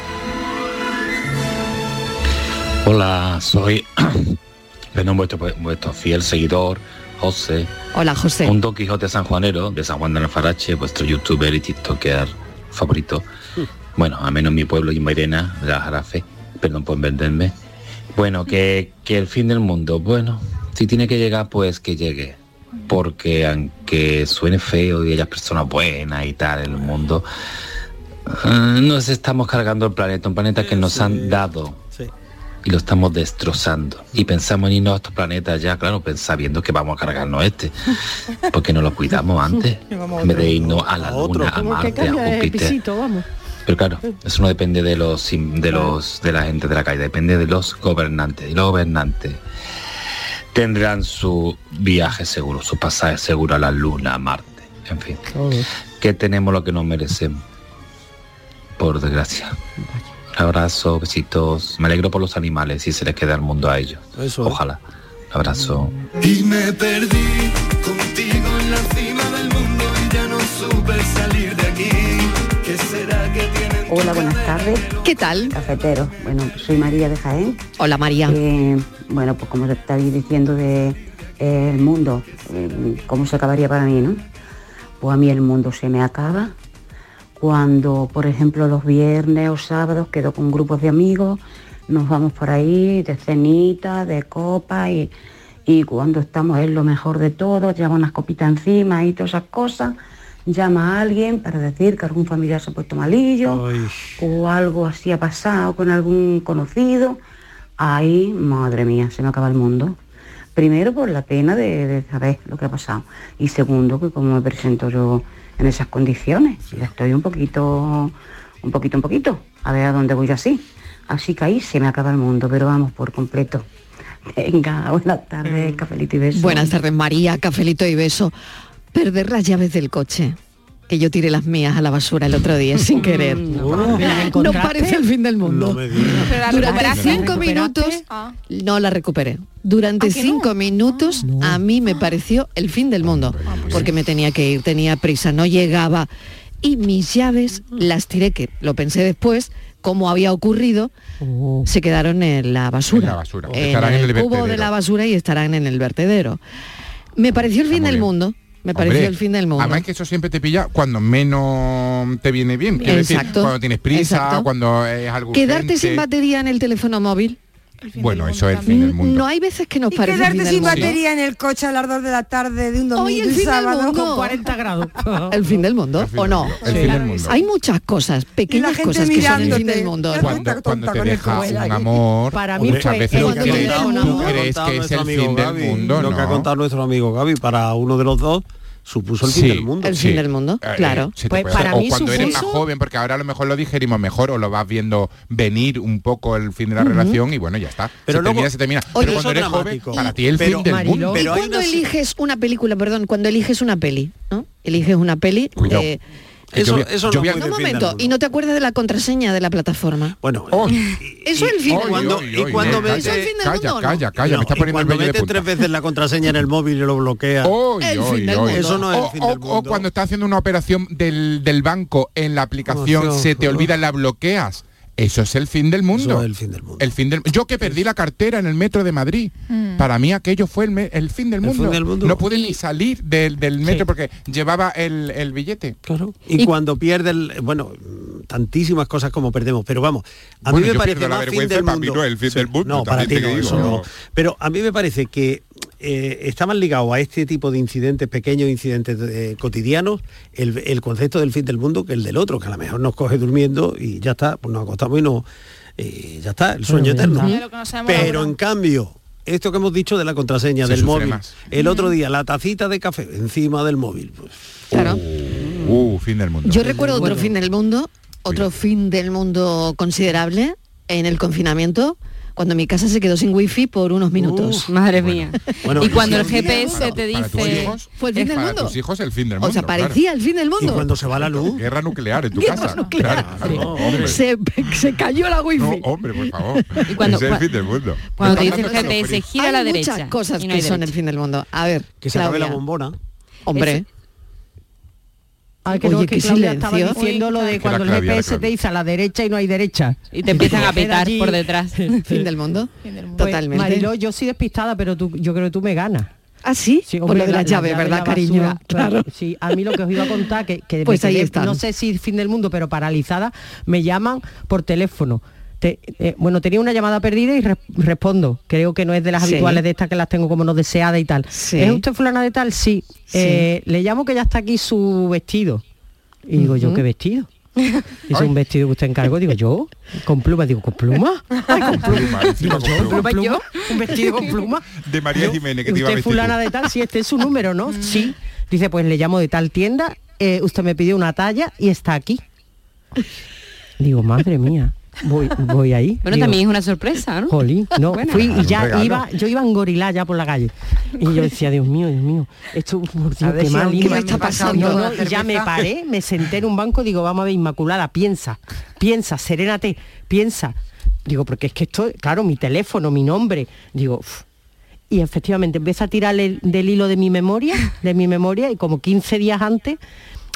Hola, soy perdón, vuestro, vuestro fiel seguidor, José, Hola, José. un Don Quijote sanjuanero de San Juan de Alfarache, vuestro youtuber y tiktoker favorito. Bueno, a menos en mi pueblo y en Mairena, de la Jarafe, perdón por venderme. Bueno, que, que el fin del mundo, bueno, si tiene que llegar, pues que llegue. Porque aunque suene feo y haya personas buenas y tal en el mundo, eh, nos estamos cargando el planeta, un planeta que nos han dado Sí. y lo estamos destrozando. Y pensamos en irnos a estos planetas ya, claro, pues sabiendo que vamos a cargarnos este. Porque no lo cuidamos antes, en vez de irnos a la otro. Luna, a Como que Marte, a cambia de Júpiter. pisito, vamos. Pero claro, eso no depende de los de los de la gente de la calle, depende de los gobernantes. Y los gobernantes tendrán su viaje seguro, su pasaje seguro a la Luna, a Marte, en fin. Que tenemos lo que nos merecemos, por desgracia. Un abrazo, besitos. Me alegro por los animales y se les queda el mundo a ellos. Eso. Ojalá. Un abrazo. Y me perdí contigo en la cima de Hola, buenas tardes. ¿Qué tal? Cafetero. Bueno, soy María de Jaén. Hola, María. Eh, bueno, pues como estáis diciendo de eh, el mundo, eh, cómo se acabaría para mí, ¿no? Pues a mí el mundo se me acaba cuando, por ejemplo, los viernes o sábados quedo con grupos de amigos, nos vamos por ahí de cenita, de copa y, y cuando estamos en lo mejor de todo, lleva unas copitas encima y todas esas cosas, llama a alguien para decir que algún familiar se ha puesto malillo. Ay. O algo así ha pasado con algún conocido. Ahí, madre mía, se me acaba el mundo. Primero por la pena de, de saber lo que ha pasado. Y segundo, que como me presento yo en esas condiciones, ya estoy un poquito, un poquito, un poquito, a ver a dónde voy así. Así que ahí se me acaba el mundo, pero vamos, por completo. Venga, buenas tardes, cafelito y beso. Buenas tardes, María, cafelito y beso. Perder las llaves del coche. Que yo tiré las mías a la basura el otro día sin querer. No, no parece el fin del mundo. ¿Pero la Durante recuperaste? cinco minutos Ah. no la recuperé. Durante ¿Ah, que cinco no? minutos a mí me pareció el fin del mundo. Porque me tenía que ir, tenía prisa, no llegaba. Y mis llaves las tiré, que lo pensé después, cómo había ocurrido, se quedaron en la basura. En la basura. En Estarán en el el cubo de vertedero. la basura y estarán en el vertedero. Me pareció el fin del mundo. Me pareció Hombre, el fin del mundo. Además que eso siempre te pilla cuando menos te viene bien. Quiero decir, Exacto, cuando tienes prisa, exacto. cuando es algo Quedarte urgente. sin batería en el teléfono móvil. Bueno, eso es el fin del mundo. No hay veces que nos Y parece el quedarte fin del sin mundo. batería en el coche a las dos de la tarde de un domingo Hoy el y fin del sábado mundo. con cuarenta grados. El fin del mundo, ¿o no? El fin del mundo. Hay muchas cosas, pequeñas gente cosas que son el fin mirándote. del mundo. Cuando, cuando te deja un amor, Para mí muchas fue veces el tú crees, teléfono. tú crees que es el fin del mundo, Lo que ha ¿no? contado nuestro amigo Gaby, para uno de los dos, supuso el fin Sí, del mundo. El fin del mundo, Eh, claro. se te Pues puede para hacer. mí o cuando eres más supuso- joven, porque ahora a lo mejor lo digerimos mejor o lo vas viendo venir un poco el fin de la Ujú. relación y bueno, ya está. Pero se luego- termina, se termina. Oye, Pero cuando eso eres es joven, dramático. para ti el Pero, fin del Mariló, mundo. ¿Y pero hay cuando una- eliges una película, perdón, cuando eliges una peli, ¿no? Eliges una peli Cuidado. de... Eso, Yo vi- eso yo no vi- es muy Un del fin del momento, mundo. y no te acuerdas de la contraseña de la plataforma. Bueno, Eso es el fin y del cuando, mundo. y cuando calla, mete, ¿Eso es el fin del calla, mundo o no? calla, calla, me está y poniendo el cuando vello de mete punta. tres veces la contraseña en el móvil y lo bloquea. Oy, El oy, fin del oy. mundo. Eso no es el O, fin o- del o mundo. cuando estás haciendo una operación del, del banco en la aplicación, Emoción. se te olvida, la bloqueas. Eso es el fin del mundo. Eso es el fin del mundo. El fin del Yo que perdí la cartera en el metro de Madrid. Mm. Para mí aquello fue el, me- el fin del El mundo. fin del mundo. No pude ni salir del, del metro Sí. porque llevaba el, el billete. Claro. Y, cuando pierde el, bueno, tantísimas cosas como perdemos, pero vamos, a Bueno, mí me yo parece pierdo la más fin vergüenza, del para mí mundo. no es el fin del mundo, No, para ti también te no, digo. eso no. Pero a mí me parece que eh, está más ligado a este tipo de incidentes, pequeños incidentes eh, cotidianos, el, el concepto del fin del mundo que el del otro, que a lo mejor nos coge durmiendo y ya está, pues nos acostamos y no, eh, ya está, el sueño Pero eterno. De lo que no sabemos la Pero hora. en cambio, esto que hemos dicho de la contraseña Se del sufre móvil, más. el otro día la tacita de café encima del móvil, pues, Claro. Uh, fin del mundo. Yo recuerdo otro Bueno. fin del mundo, otro fin del mundo considerable en el confinamiento, cuando mi casa se quedó sin wifi por unos minutos. Madre mía. Bueno, y cuando el sí, G P S Para- te para tus dice... hijos, Fue el fin del para mundo. tus hijos el fin del mundo. O sea, parecía el fin del y mundo. cuando se va la luz, claro. Guerra nuclear en tu Guerra casa. nuclear. Claro, claro, hombre. Se, se cayó la wifi. No, hombre, por favor. Y cuando- Ese es el cua- fin del mundo. Cuando Me te está dice el dando G P S, sufrir. gira a Hay la derecha. muchas cosas y no que hay son el derecha. fin del mundo. A ver, que se acabe la Claudia. bombona. Hombre, Ay, que Oye, no, que qué Claudia silencio. estaba diciendo lo de Que cuando la el Claudia, G P la S te Claudia. dice a la derecha y no hay derecha. Y te empiezan a Queda pitar allí. por detrás. fin del mundo. Fin del mundo. Pues, Totalmente. Mariló, yo soy despistada, pero tú, yo creo que tú me ganas. ¿Ah, sí? Sí, Por hombre, lo de la- las la llaves, llave ¿verdad, en la cariño? basura, Claro. Sí, a mí lo que os iba a contar, que, que Pues me ahí quedé, están. no sé si fin del mundo, pero paralizada, me llaman por teléfono. Te- eh, bueno, tenía una llamada perdida y re- respondo. Creo que no es de las Sí. habituales de estas que las tengo como no deseadas y tal. Sí. ¿Es usted fulana de tal? Sí. Eh, le llamo que ya está aquí su vestido. Y digo, ¿yo Ujú. qué vestido? Dice, un vestido que usted encargó. Digo, ¿yo? ¿Con pluma? Digo, ¿con pluma? Ay, con Pluma, encima con ¿Yo? pluma. ¿Pluma yo? ¿Un vestido con pluma? De María Yo, Jiménez, que te iba a ¿usted vestir fulana tú. de tal? Sí, este es su número, ¿no? Sí. Dice, pues le llamo de tal tienda, eh, usted me pidió una talla y está aquí. Digo, madre mía, voy, voy ahí. Bueno, Digo, también es una sorpresa, ¿no? Jolín, no, Bueno. fui y Un ya regalo. iba, yo iba en gorilá ya por la calle. Y yo decía, Dios mío, Dios mío, esto, por Dios, A ver qué si mal. aún y ¿qué me- me está pasando No, con no, la y ya me cerveza? paré, me senté en un banco, digo, vamos a ver, Inmaculada, piensa, piensa, serénate, piensa. Digo, porque es que esto, claro, mi teléfono, mi nombre, digo, uf. Y efectivamente empieza a tirar el- del hilo de mi memoria, de mi memoria, y como quince días antes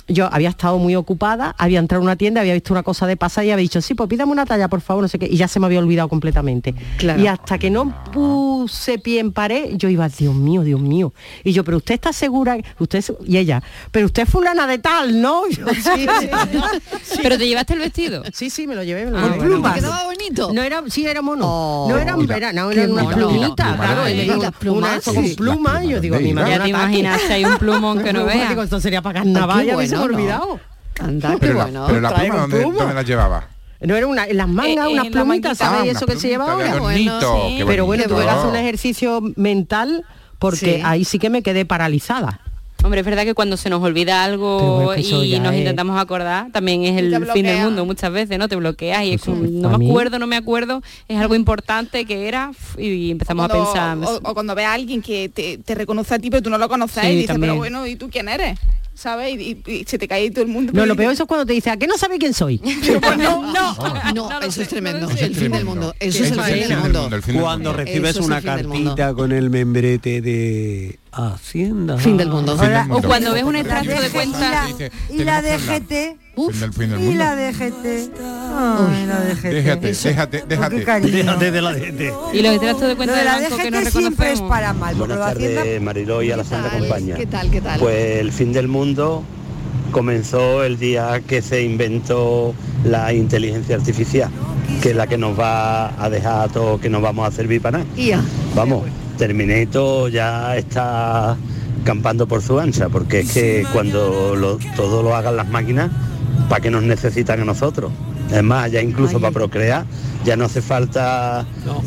yo había estado muy ocupada, había entrado a una tienda, había visto una cosa de pasar y había dicho, sí, pues pídame una talla, por favor, no sé qué, y ya se me había olvidado completamente. Claro. Y hasta que no puse pie en pared, yo iba, Dios mío, Dios mío. Y yo, pero usted está segura, usted es- y ella, pero usted es fulana de tal, ¿no? Yo, sí, sí, sí. ¿Pero te llevaste el vestido? Sí, sí, me lo llevé, me lo Ah, llevé. bueno. Plumas. ¿Te quedaba bonito? No era, sí, era mono. Oh. no era un Mira, verano, qué eran unas mono. plumitas, Las claro. plumas, y me sí. dijo, Las plumas, una eso con sí. plumas, y yo digo, Las mi plumas, madre Ya te un ataque. imaginas, hay un plumón que no veas. Digo, esto sería para carnaval, Qué ya me se me ha bueno, ¿no? olvidado. Anda, qué Pero la, bueno. pero la Trae pluma, con ¿dónde, pluma. ¿dónde la llevaba? No era una, en las mangas, Eh, unas en la plumitas, manguita. ¿sabes Ah, eso una que se lleva plumita de ahora? hornito, sí. qué Pero bueno, Qué tuve que hacer bueno. un ejercicio mental porque Sí. ahí sí que me quedé paralizada. Hombre, es verdad que cuando se nos olvida Pero algo es que eso y ya nos es- intentamos acordar, también es Y te el fin del bloquea. mundo muchas veces, ¿no? Te bloqueas y es como, no a me mí- acuerdo, no me acuerdo, es algo importante que era uf, y empezamos cuando, a pensar. o, o cuando ve a alguien que te, te reconoce a ti, pero tú no lo conoces Sí, y dices, también. pero bueno, ¿y tú quién eres? ¿Sabes? Y, y- y se te cae todo el mundo. No, pero lo dices, peor eso es cuando te dice, ¿a qué no sabe quién soy? pero pues no, no. No, No lo eso sé, es tremendo. no lo sé. el fin del tremendo. mundo. Eso Ese es el fin del mundo. el fin del Cuando mundo. recibes Eso es una el fin del mundo. cartita con el membrete de Hacienda. Fin del mundo. Fin del O mundo. cuando ves un La extracto de D G cuenta. Dice, y la tenemos que hablar. D G T. Fin del fin del Y mundo. la D G T. Ay, la D G T. Déjate, Eso. déjate, Oh, déjate. qué cariño. Déjate de la gente. Y los extractos de cuenta Lo de del la banco que no D G T siempre es reconocemos. para mal. porque Buenas lo de Hacienda- tardes, Mariló y a la ¿Qué Santa tal? Compañía. ¿Qué tal? ¿Qué tal? Pues el fin del mundo comenzó el día que se inventó la inteligencia artificial, que es la que nos va a dejar a todos, que nos vamos a servir para nada. Ia. Vamos, Terminator ya está campando por su ancha, porque es que cuando lo- todo lo hagan las máquinas, ¿para qué nos necesitan a nosotros? Es más, ya incluso Ay. para procrear, ya no hace falta,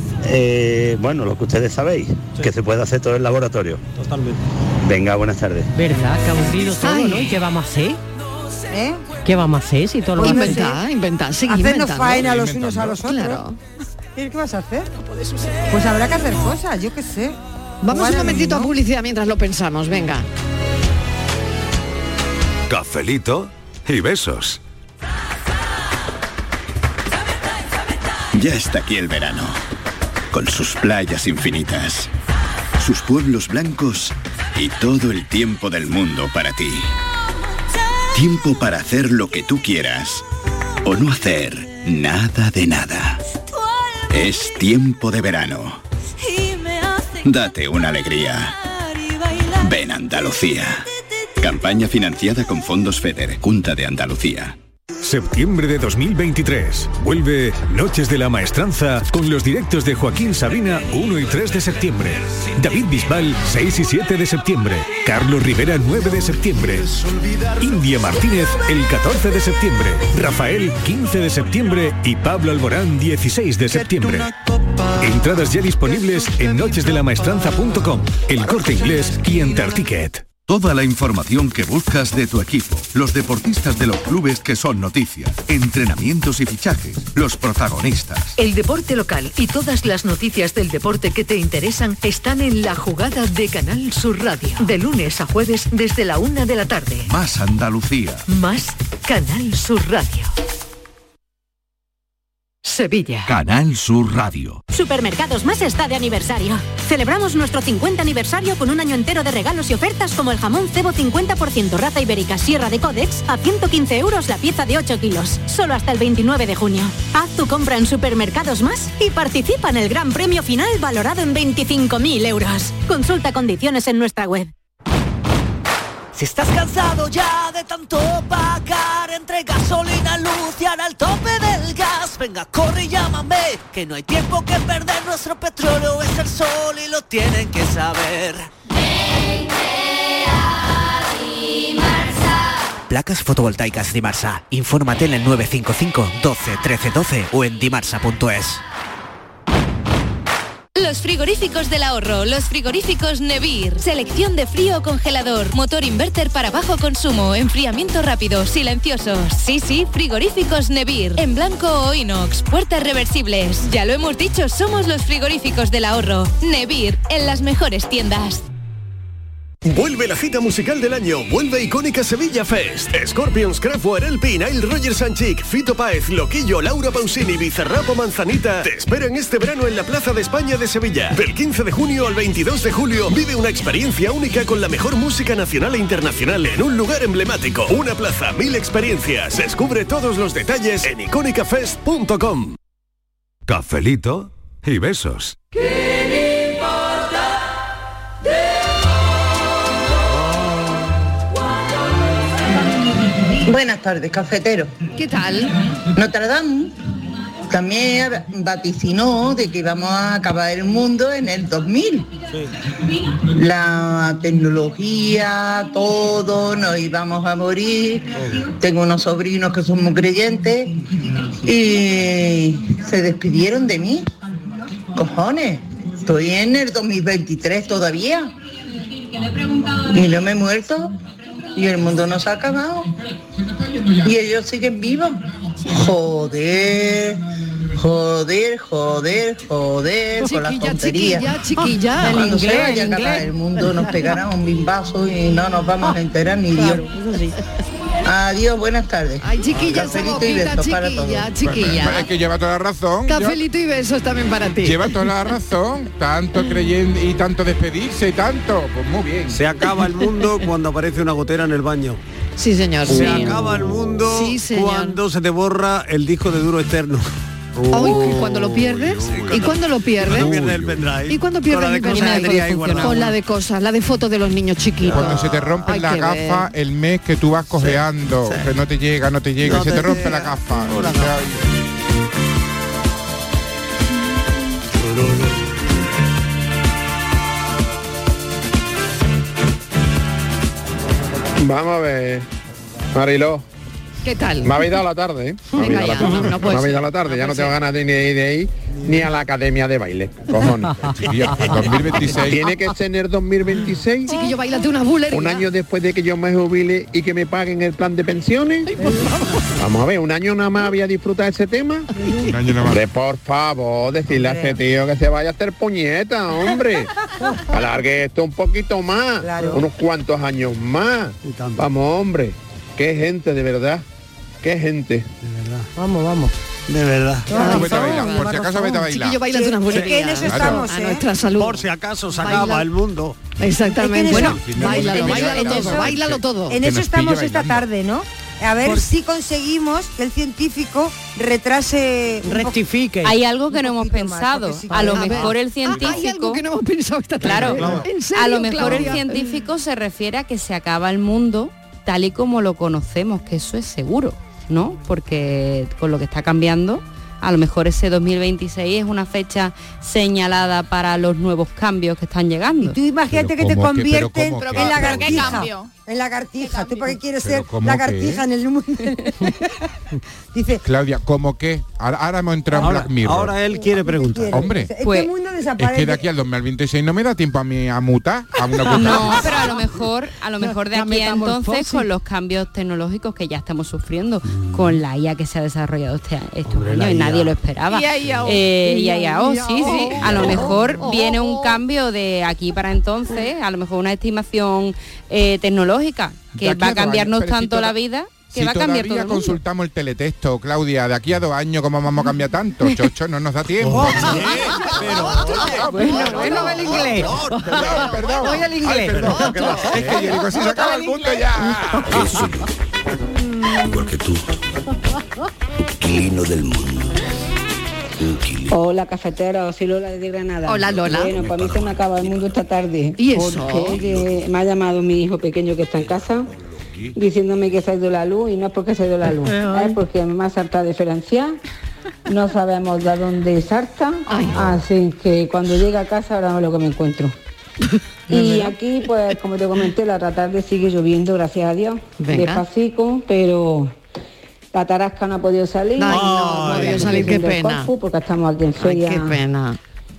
eh, bueno, lo que ustedes sabéis, que se puede hacer todo en laboratorio. Totalmente. Venga, buenas tardes. ¿Verdad? Que aburrido todo, Ay. ¿no? ¿Y qué vamos a hacer? ¿Eh? ¿Qué vamos a hacer si todo lo Pues va a hacer? Inventar, inventar, seguir Hacernos inventando. faena los Inventando. unos a los otros. Claro. ¿Qué qué vas a hacer? Pues habrá que hacer cosas, yo qué sé. Vamos Igual un a mí, momentito a ¿no? publicidad mientras lo pensamos, venga. Cafelito y besos. Ya está aquí el verano, con sus playas infinitas, sus pueblos blancos y todo el tiempo del mundo para ti. Tiempo para hacer lo que tú quieras o no hacer nada de nada. Es tiempo de verano. Date una alegría. Ven Andalucía. Campaña financiada con fondos FEDER, Junta de Andalucía. Septiembre de dos mil veintitrés. Vuelve Noches de la Maestranza con los directos de Joaquín Sabina uno y tres de septiembre. David Bisbal seis y siete de septiembre. Carlos Rivera nueve de septiembre. India Martínez el catorce de septiembre. Rafael quince de septiembre y Pablo Alborán dieciséis de septiembre. Entradas ya disponibles en nochesdelamaestranza punto com, El Corte Inglés y Enterticket. Toda la información que buscas de tu equipo, los deportistas de los clubes que son noticia, entrenamientos y fichajes, los protagonistas. El deporte local y todas las noticias del deporte que te interesan están en La Jugada de Canal Sur Radio. De lunes a jueves desde la una de la tarde. Más Andalucía. Más Canal Sur Radio. Sevilla. Canal Sur Radio. Supermercados Más está de aniversario. Celebramos nuestro cincuenta aniversario con un año entero de regalos y ofertas como el jamón cebo cincuenta por ciento raza ibérica Sierra de Codex a ciento quince euros la pieza de ocho kilos. Solo hasta el veintinueve de junio. Haz tu compra en Supermercados Más y participa en el gran premio final valorado en veinticinco mil euros. Consulta condiciones en nuestra web. Si estás cansado ya de tanto pagar entre gasolina, luz y ahora el tope del gas, venga, corre y llámame, que no hay tiempo que perder, nuestro petróleo es el sol y lo tienen que saber. Placas fotovoltaicas Dimarsa. Infórmate en el nueve cinco cinco doce trece doce o en dimarsa punto es. Los frigoríficos del ahorro, los frigoríficos Nevir. Selección de frío o congelador, motor inverter para bajo consumo, enfriamiento rápido, silenciosos. Sí, sí, frigoríficos Nevir. En blanco o inox, puertas reversibles. Ya lo hemos dicho, somos los frigoríficos del ahorro. Nevir, en las mejores tiendas. Vuelve la cita musical del año, vuelve Icónica Sevilla Fest. Scorpions, Kraftwerk, Elpi, Nile Rogers and Chic, Fito Páez, Loquillo, Laura Pausini, Bizarrap o Manzanita te esperan este verano en la Plaza de España de Sevilla. Del quince de junio al veintidós de julio vive una experiencia única con la mejor música nacional e internacional en un lugar emblemático. Una plaza, mil experiencias. Descubre todos los detalles en icónica fest punto com. Cafelito y besos. Buenas tardes, cafetero. ¿Qué tal? Notre Dame también vaticinó de que íbamos a acabar el mundo en el dos mil. Sí. La tecnología, todo, nos íbamos a morir. Tengo unos sobrinos que son muy creyentes y se despidieron de mí. Cojones, estoy en el dos mil veintitrés todavía y no me he muerto. Y el mundo no se ha acabado. Y ellos siguen vivos. Joder, joder, joder, joder, chiquilla, con las tonterías. Chiquilla, chiquilla. Cuando se vaya a acabar el mundo nos pegará un bimbazo y no nos vamos a enterar ni Dios. Adiós, buenas tardes. Ay, chiquilla, cafelito y besos chiquilla, para todos. chiquilla. Pues, es que lleva toda la razón. Cafelito y besos también para ti. Lleva toda la razón. Tanto creyendo y tanto despedirse y tanto. Pues muy bien. Se acaba el mundo cuando aparece una gotera en el baño. Sí, señor. Se Sí. acaba el mundo Sí, señor. cuando se te borra el disco de duro externo. Ay, ¿y cuando lo pierdes? ¿Y cuando lo pierdes? Cuando pierdes el pendrive. ¿Y cuando Con pierdes la de el cosas pendrive? que tenías ahí guardado. Con la de cosas, la de fotos de los niños chiquitos. Cuando se te rompe Hay la que gafa ver. el mes que tú vas cojeando, que no te llega, no te llega, No y se te te rompe llega. la gafa. Hola, Vamos a ver, Mariló. ¿Qué tal? Me habéis dado la tarde, ¿eh? Me habéis Venga dado la ya, tarde. no, no puede Me habéis ser. dado la tarde, ya No no puede tengo ganas de ni de ir de ahí ni a la academia de baile. Cojones. dos mil veintiséis. Tiene que ser en el dos mil veintiséis. Chiquillo, bailate una bulería. Un año después de que yo me jubile y que me paguen el plan de pensiones. Vamos a ver, un año nada más había disfrutado ese tema. Un año nada más. Hombre, por favor, decirle a ese tío que se vaya a hacer puñeta, hombre. Alargue esto un poquito más, unos cuantos años más. Vamos, hombre. Qué gente, de verdad. Qué gente. Vamos, vamos. De verdad. Tú vete a bailar, por si acaso vete a bailar. Chiquillo, bailate una bulería. en eso estamos, A ¿eh? nuestra salud. Por si acaso se Baila. acaba el mundo. Exactamente. Es que Bueno, en eso- bailalo, en bailalo eso- todo, bailalo todo. En Que eso nos estamos pille esta bailando. tarde, ¿no? A ver Por- si conseguimos que el científico retrase un poco- Rectifique. Hay algo que no hemos poquito más, pensado. porque sí que- A lo A ver. mejor el Ah, hay algo científico... que no hemos pensado esta tarde. Claro, ¿En serio, a lo mejor el Claudia? científico se refiere a que se acaba el mundo tal y como lo conocemos, que eso es seguro, ¿no? Porque con lo que está cambiando, a lo mejor ese dos mil veintiséis es una fecha señalada para los nuevos cambios que están llegando. Tú imagínate Pero que te ¿cómo que- pero convierten cómo que? en ¿Pero qué lagartija. cambio? En lagartija. ¿Tú para qué quieres ¿Pero ser cómo lagartija que? en el mundo? Dice, Claudia, ¿cómo qué? Ahora, ahora hemos entrado en Ahora, Black Mirror. ahora él quiere preguntar. quiere. Hombre, Este pues, mundo Es desaparece. que de aquí al dos mil veintiséis no me da tiempo a mí a mutar a una cosa. No, pero a lo mejor, a lo mejor de La aquí a entonces, metamorfosis. con los cambios tecnológicos que ya estamos sufriendo, con la I A que se ha desarrollado este, estos Hombre, la años y I A. nadie lo esperaba. I A, I A O. Eh, I A, I A O, sí, sí. A lo Oh, mejor oh, viene oh, un oh. cambio de aquí para entonces, a lo mejor una estimación eh, tecnológica De que aquí va a a dos cambiarnos años, pero si tanto toda- la vida que Si va a cambiar todo todavía el mundo. consultamos el teletexto, Claudia, de aquí a dos años, ¿cómo vamos a cambiar tanto? Chocho, no nos da tiempo. Bueno, bueno, el inglés. Perdón, perdón. Voy al inglés. Ay, perdón, ¿qué pasa? Es que yo digo, si se acaba el mundo ya. Igual que tú. Inquilino del mundo. Inquilino. Hola, cafetero, soy Lola de Granada. Hola, Lola. Bueno, para mí se me acaba el mundo esta tarde. ¿Y eso? Porque me ha llamado mi hijo pequeño que está en casa diciéndome que se ha ido la luz y no es porque se ha ido la luz, es porque me ha saltado diferenciar, no sabemos de dónde salta, así que cuando llegue a casa ahora lo que me encuentro. Y aquí, pues, como te comenté, la otra tarde sigue lloviendo, gracias a Dios, Venga. despacito, pero la tarasca no ha podido salir. Ay, no, no ha podido salir, qué Haciendo el pena. Corfu, porque estamos aquí en Ay, feria. qué pena.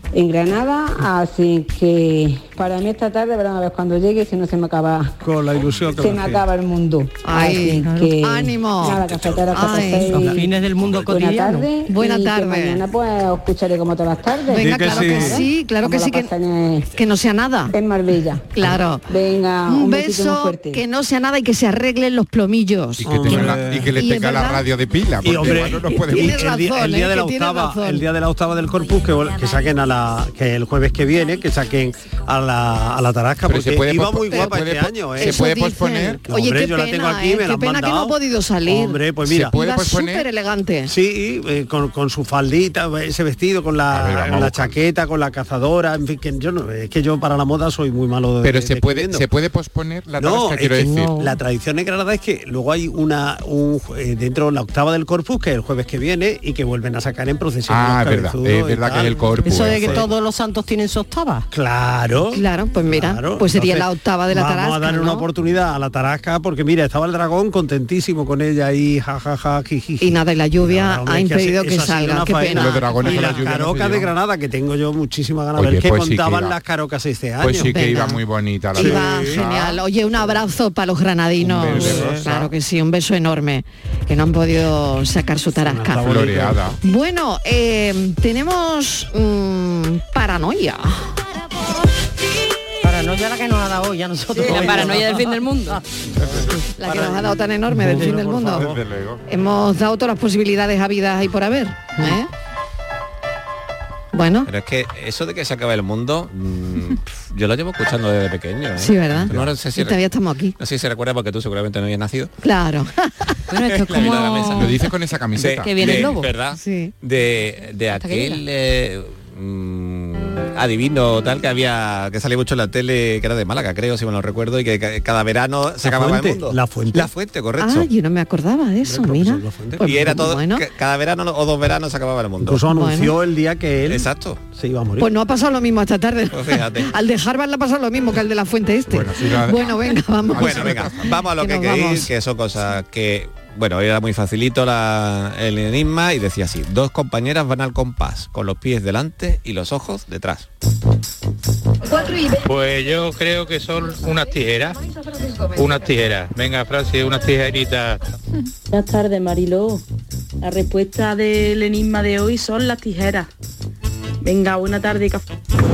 en Granada, así que para mí esta tarde verán a ver cuando llegue, si no se me acaba con la ilusión que se me acaba el mundo. Ay, así que ánimo. nada, cafetera, Ay, los fines del mundo buena cotidiano. tarde, Buena y tarde. que mañana pues os escucharé como todas las tardes. Venga, claro que sí, claro que sí, que, que no sea nada. En Marbella. Claro. Venga, un, un besito muy beso, fuerte. que no sea nada y que se arreglen los plomillos. Y que, tenga la- y que le Y es tenga la verdad. radio de pila, porque Y, hombre, igual no nos puede y Tienes el, día- razón, el día ¿eh? de la que tienes octava, razón. el día de la octava del Corpus que, vol- que saquen a la que el jueves que viene, que saquen a la, a la Tarasca, Pero porque se puede iba pospo- muy se guapa puede este po- año, ¿eh? se Eso puede dicen. posponer. Oye, Hombre, qué yo pena, la tengo aquí, ¿eh? me Qué la han pena que no ha mandado. podido salir. Hombre, pues mira, Se puede Iba posponer. súper elegante. sí, eh, con, con su faldita, ese vestido, con la, A ver, vamos con la a buscar. chaqueta, con la cazadora, en fin, que yo no, es que yo para la moda soy muy malo de, Pero de- se puede describiendo. se puede posponer la No, Tarasca, es quiero que decir. no. La tradición en Granada es que luego hay una un, eh, dentro de la octava del Corpus, que es el jueves que viene, y que vuelven a sacar en procesión. Ah, los es verdad, cabezudos es y verdad que tal. es el Corpus. Eso de que Sí. todos los santos tienen su octava. Claro. Claro, pues mira, Claro. pues sería Entonces, la octava de la vamos Tarasca, a darle ¿no? una oportunidad a la Tarasca, porque mira, estaba el dragón contentísimo con ella y jajaja, jiji. Y nada, y la lluvia Hombre, ha es que impedido eso que ha sido salga. una Qué faena. pena. Los dragones Y con la las lluvia no carocas se de llevan. Granada, que tengo yo muchísimas ganas de Oye, ver qué pues sí que contaban iba. las carocas este año. Pues sí que Venga. iba muy bonita la Iba tarasca. genial. Oye, un abrazo para los granadinos. Un verde rosa. Claro que sí, un beso enorme. Que no han podido sacar su tarasca. Floreada. Bueno, eh, tenemos mm, paranoia. Paranoia la que nos ha dado hoy a nosotros. La paranoia del fin del mundo. La que nos ha dado tan enorme del fin del mundo. Desde luego. Hemos dado todas las posibilidades habidas y por haber. ¿eh? Bueno, Pero es que eso de que se acabe el mundo, mmm, pf, yo lo llevo escuchando desde pequeño. ¿eh? sí, ¿verdad? No sé si y todavía estamos aquí. no sé si se recuerda porque tú seguramente no habías nacido. Claro. Bueno, esto es La mitad de la mesa. como... Lo dices con esa camiseta. Que viene de- el lobo. ¿Verdad? Sí. De, de Hasta que aquel eh, mm, adivino tal que había que salía mucho en la tele, que era de Málaga, creo, si me lo recuerdo, y que ca- cada verano se acababa Fuente, el mundo. La Fuente. La Fuente, correcto. Ah, yo no me acordaba de eso, mira. Pues, y era todo, bueno, que cada verano o dos veranos se acababa el mundo. Incluso anunció Bueno. el día que él Exacto. se iba a morir. pues no ha pasado lo mismo esta tarde. Pues fíjate. Al de Harvard le ha pasado lo mismo que al de la Fuente este. Bueno, sí, la- Bueno, venga, vamos. Bueno, venga, vamos a lo Que que hay nos que ir, vamos. que son cosas que, bueno, era muy facilito la, el enigma y decía así, dos compañeras van al compás, con los pies delante y los ojos detrás. Pues yo creo que son unas tijeras. Unas tijeras. Venga, Francis, unas tijeritas. Buenas tardes, Mariló. La respuesta del enigma de hoy son las tijeras. Venga, buena tarde, café.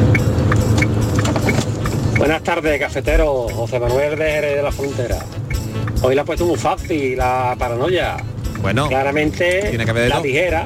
Buenas tardes, cafetero. José Manuel de Jerez de la Frontera. Hoy la ha puesto muy fácil, la paranoia. Bueno, claramente tiene que haber de la todo. tijera.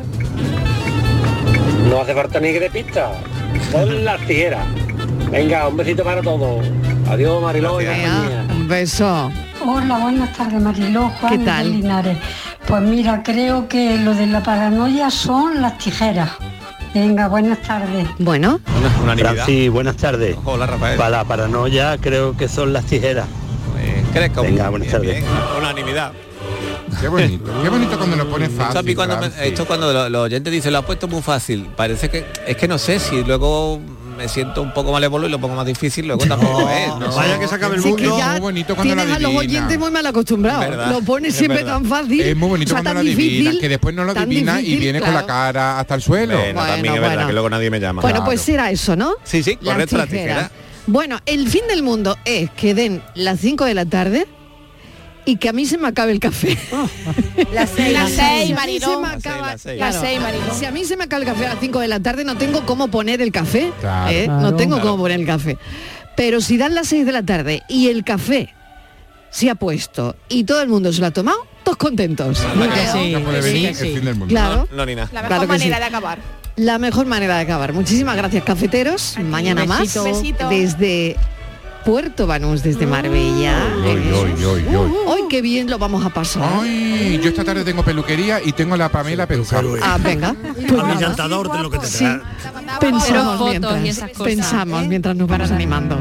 No hace falta ni que de pista. Son las tijeras. Venga, un besito para todos. Adiós, Mariló y compañía. Un beso. Hola, buenas tardes, Mariló, Juan ¿Qué tal? de Linares. Pues mira, creo que lo de la paranoia son las tijeras. Venga, buenas tardes. Bueno. Una, unanimidad. Francis, buenas tardes. Hola, Rafael. Para la paranoia creo que son las tijeras. Eh, ¿crees que Venga, buenas bien, tardes. bien, unanimidad. Qué bonito, qué bonito cuando lo pones Esto, a fácil. mí cuando me- Francis. esto cuando lo- los oyentes dicen lo ha puesto muy fácil, parece que es que no sé si luego me siento un poco malévolo y lo pongo más difícil, luego tampoco es. ¿no? Vaya que se acabe el Sí, mundo. que ya muy bonito cuando tienes la a los adivina. oyentes muy mal acostumbrados. ¿Verdad? Lo pones Es siempre verdad. tan fácil. Es muy bonito o sea, cuando tan lo adivinas, difícil, que después no lo tan adivina y difícil, viene con la claro. cara hasta el suelo. Bueno, Bueno, también es bueno. verdad que luego nadie me llama. Bueno, Claro. pues será eso, ¿no? Sí, sí, Las correcto, la tijeras. tijera. Bueno, el fin del mundo es que den las cinco de la tarde y que a mí se me acabe el café. Las seis. Las Si seis, a mí Mariló. se me Las seis, acaba- las seis. Las claro, seis, Mariló. Si a mí se me acaba el café a las cinco de la tarde, no tengo cómo poner el café. Claro. ¿eh? Claro. No tengo Claro. cómo poner el café. Pero si dan las seis de la tarde y el café se ha puesto y todo el mundo se lo ha tomado, todos contentos. Venga, que sí, No puede que sí, venir que sí. el fin del mundo. Claro. No, no, ni nada. La mejor Claro que manera sí. de acabar. La mejor manera de acabar. Muchísimas gracias, cafeteros. Mañana besito. más Besito. desde Puerto Banús, desde Marbella. Hoy, hoy, hoy, hoy. Hoy qué bien lo vamos a pasar. Ay, yo esta tarde tengo peluquería y tengo a la Pamela pensando. Ah, venga. Pues nada. Amillantador de lo que te Sí. trae. Pensamos fotos mientras, y esas cosas, pensamos ¿eh? mientras nos vamos animando.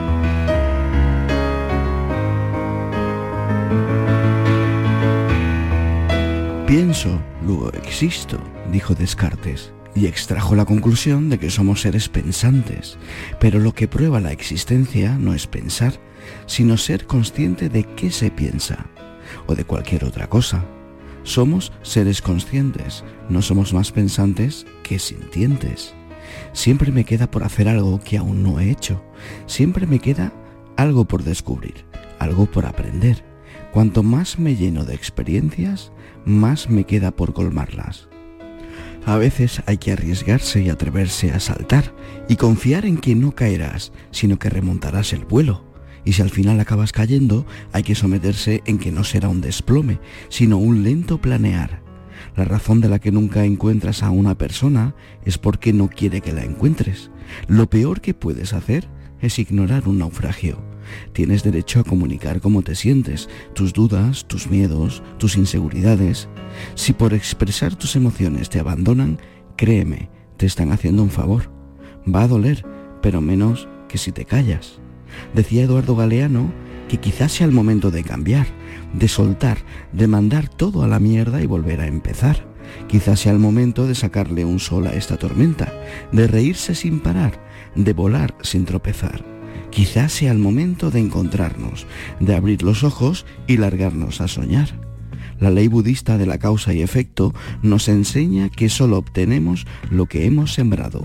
Pienso, luego existo, dijo Descartes, y extrajo la conclusión de que somos seres pensantes, pero lo que prueba la existencia no es pensar, sino ser consciente de qué se piensa, o de cualquier otra cosa. Somos seres conscientes, no somos más pensantes que sintientes. Siempre me queda por hacer algo que aún no he hecho. Siempre me queda algo por descubrir, algo por aprender. Cuanto más me lleno de experiencias, más me queda por colmarlas. A veces hay que arriesgarse y atreverse a saltar y confiar en que no caerás, sino que remontarás el vuelo. Y si al final acabas cayendo, hay que someterse en que no será un desplome, sino un lento planear. La razón de la que nunca encuentras a una persona es porque no quiere que la encuentres. Lo peor que puedes hacer es ignorar un naufragio. Tienes derecho a comunicar cómo te sientes, tus dudas, tus miedos, tus inseguridades. Si por expresar tus emociones te abandonan, créeme, te están haciendo un favor. Va a doler, pero menos que si te callas. Decía Eduardo Galeano que quizás sea el momento de cambiar, de soltar, de mandar todo a la mierda y volver a empezar. Quizás sea el momento de sacarle un sol a esta tormenta, de reírse sin parar, de volar sin tropezar. Quizás sea el momento de encontrarnos, de abrir los ojos y largarnos a soñar. La ley budista de la causa y efecto nos enseña que solo obtenemos lo que hemos sembrado.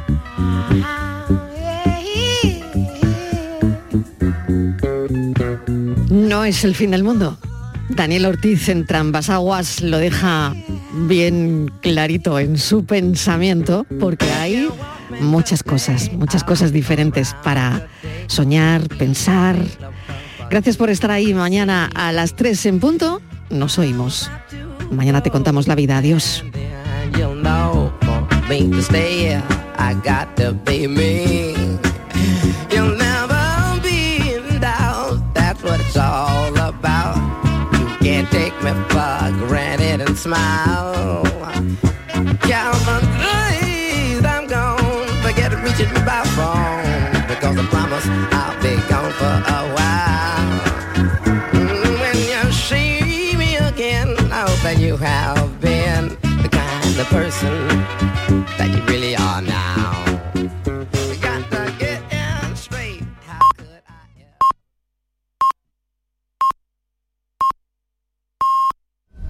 No es el fin del mundo. Daniel Ortiz en Trambasaguas lo deja bien clarito en su pensamiento, porque hay muchas cosas, muchas cosas diferentes para soñar, pensar. Gracias por estar ahí. Mañana a las tres en punto nos oímos. Mañana te contamos la vida. Adiós. Take me for granted and smile. Count my days, I'm gone. Forget reaching my phone, because I promise I'll be gone for a while. When you see me again, I hope that you have been the kind of person that you really are now.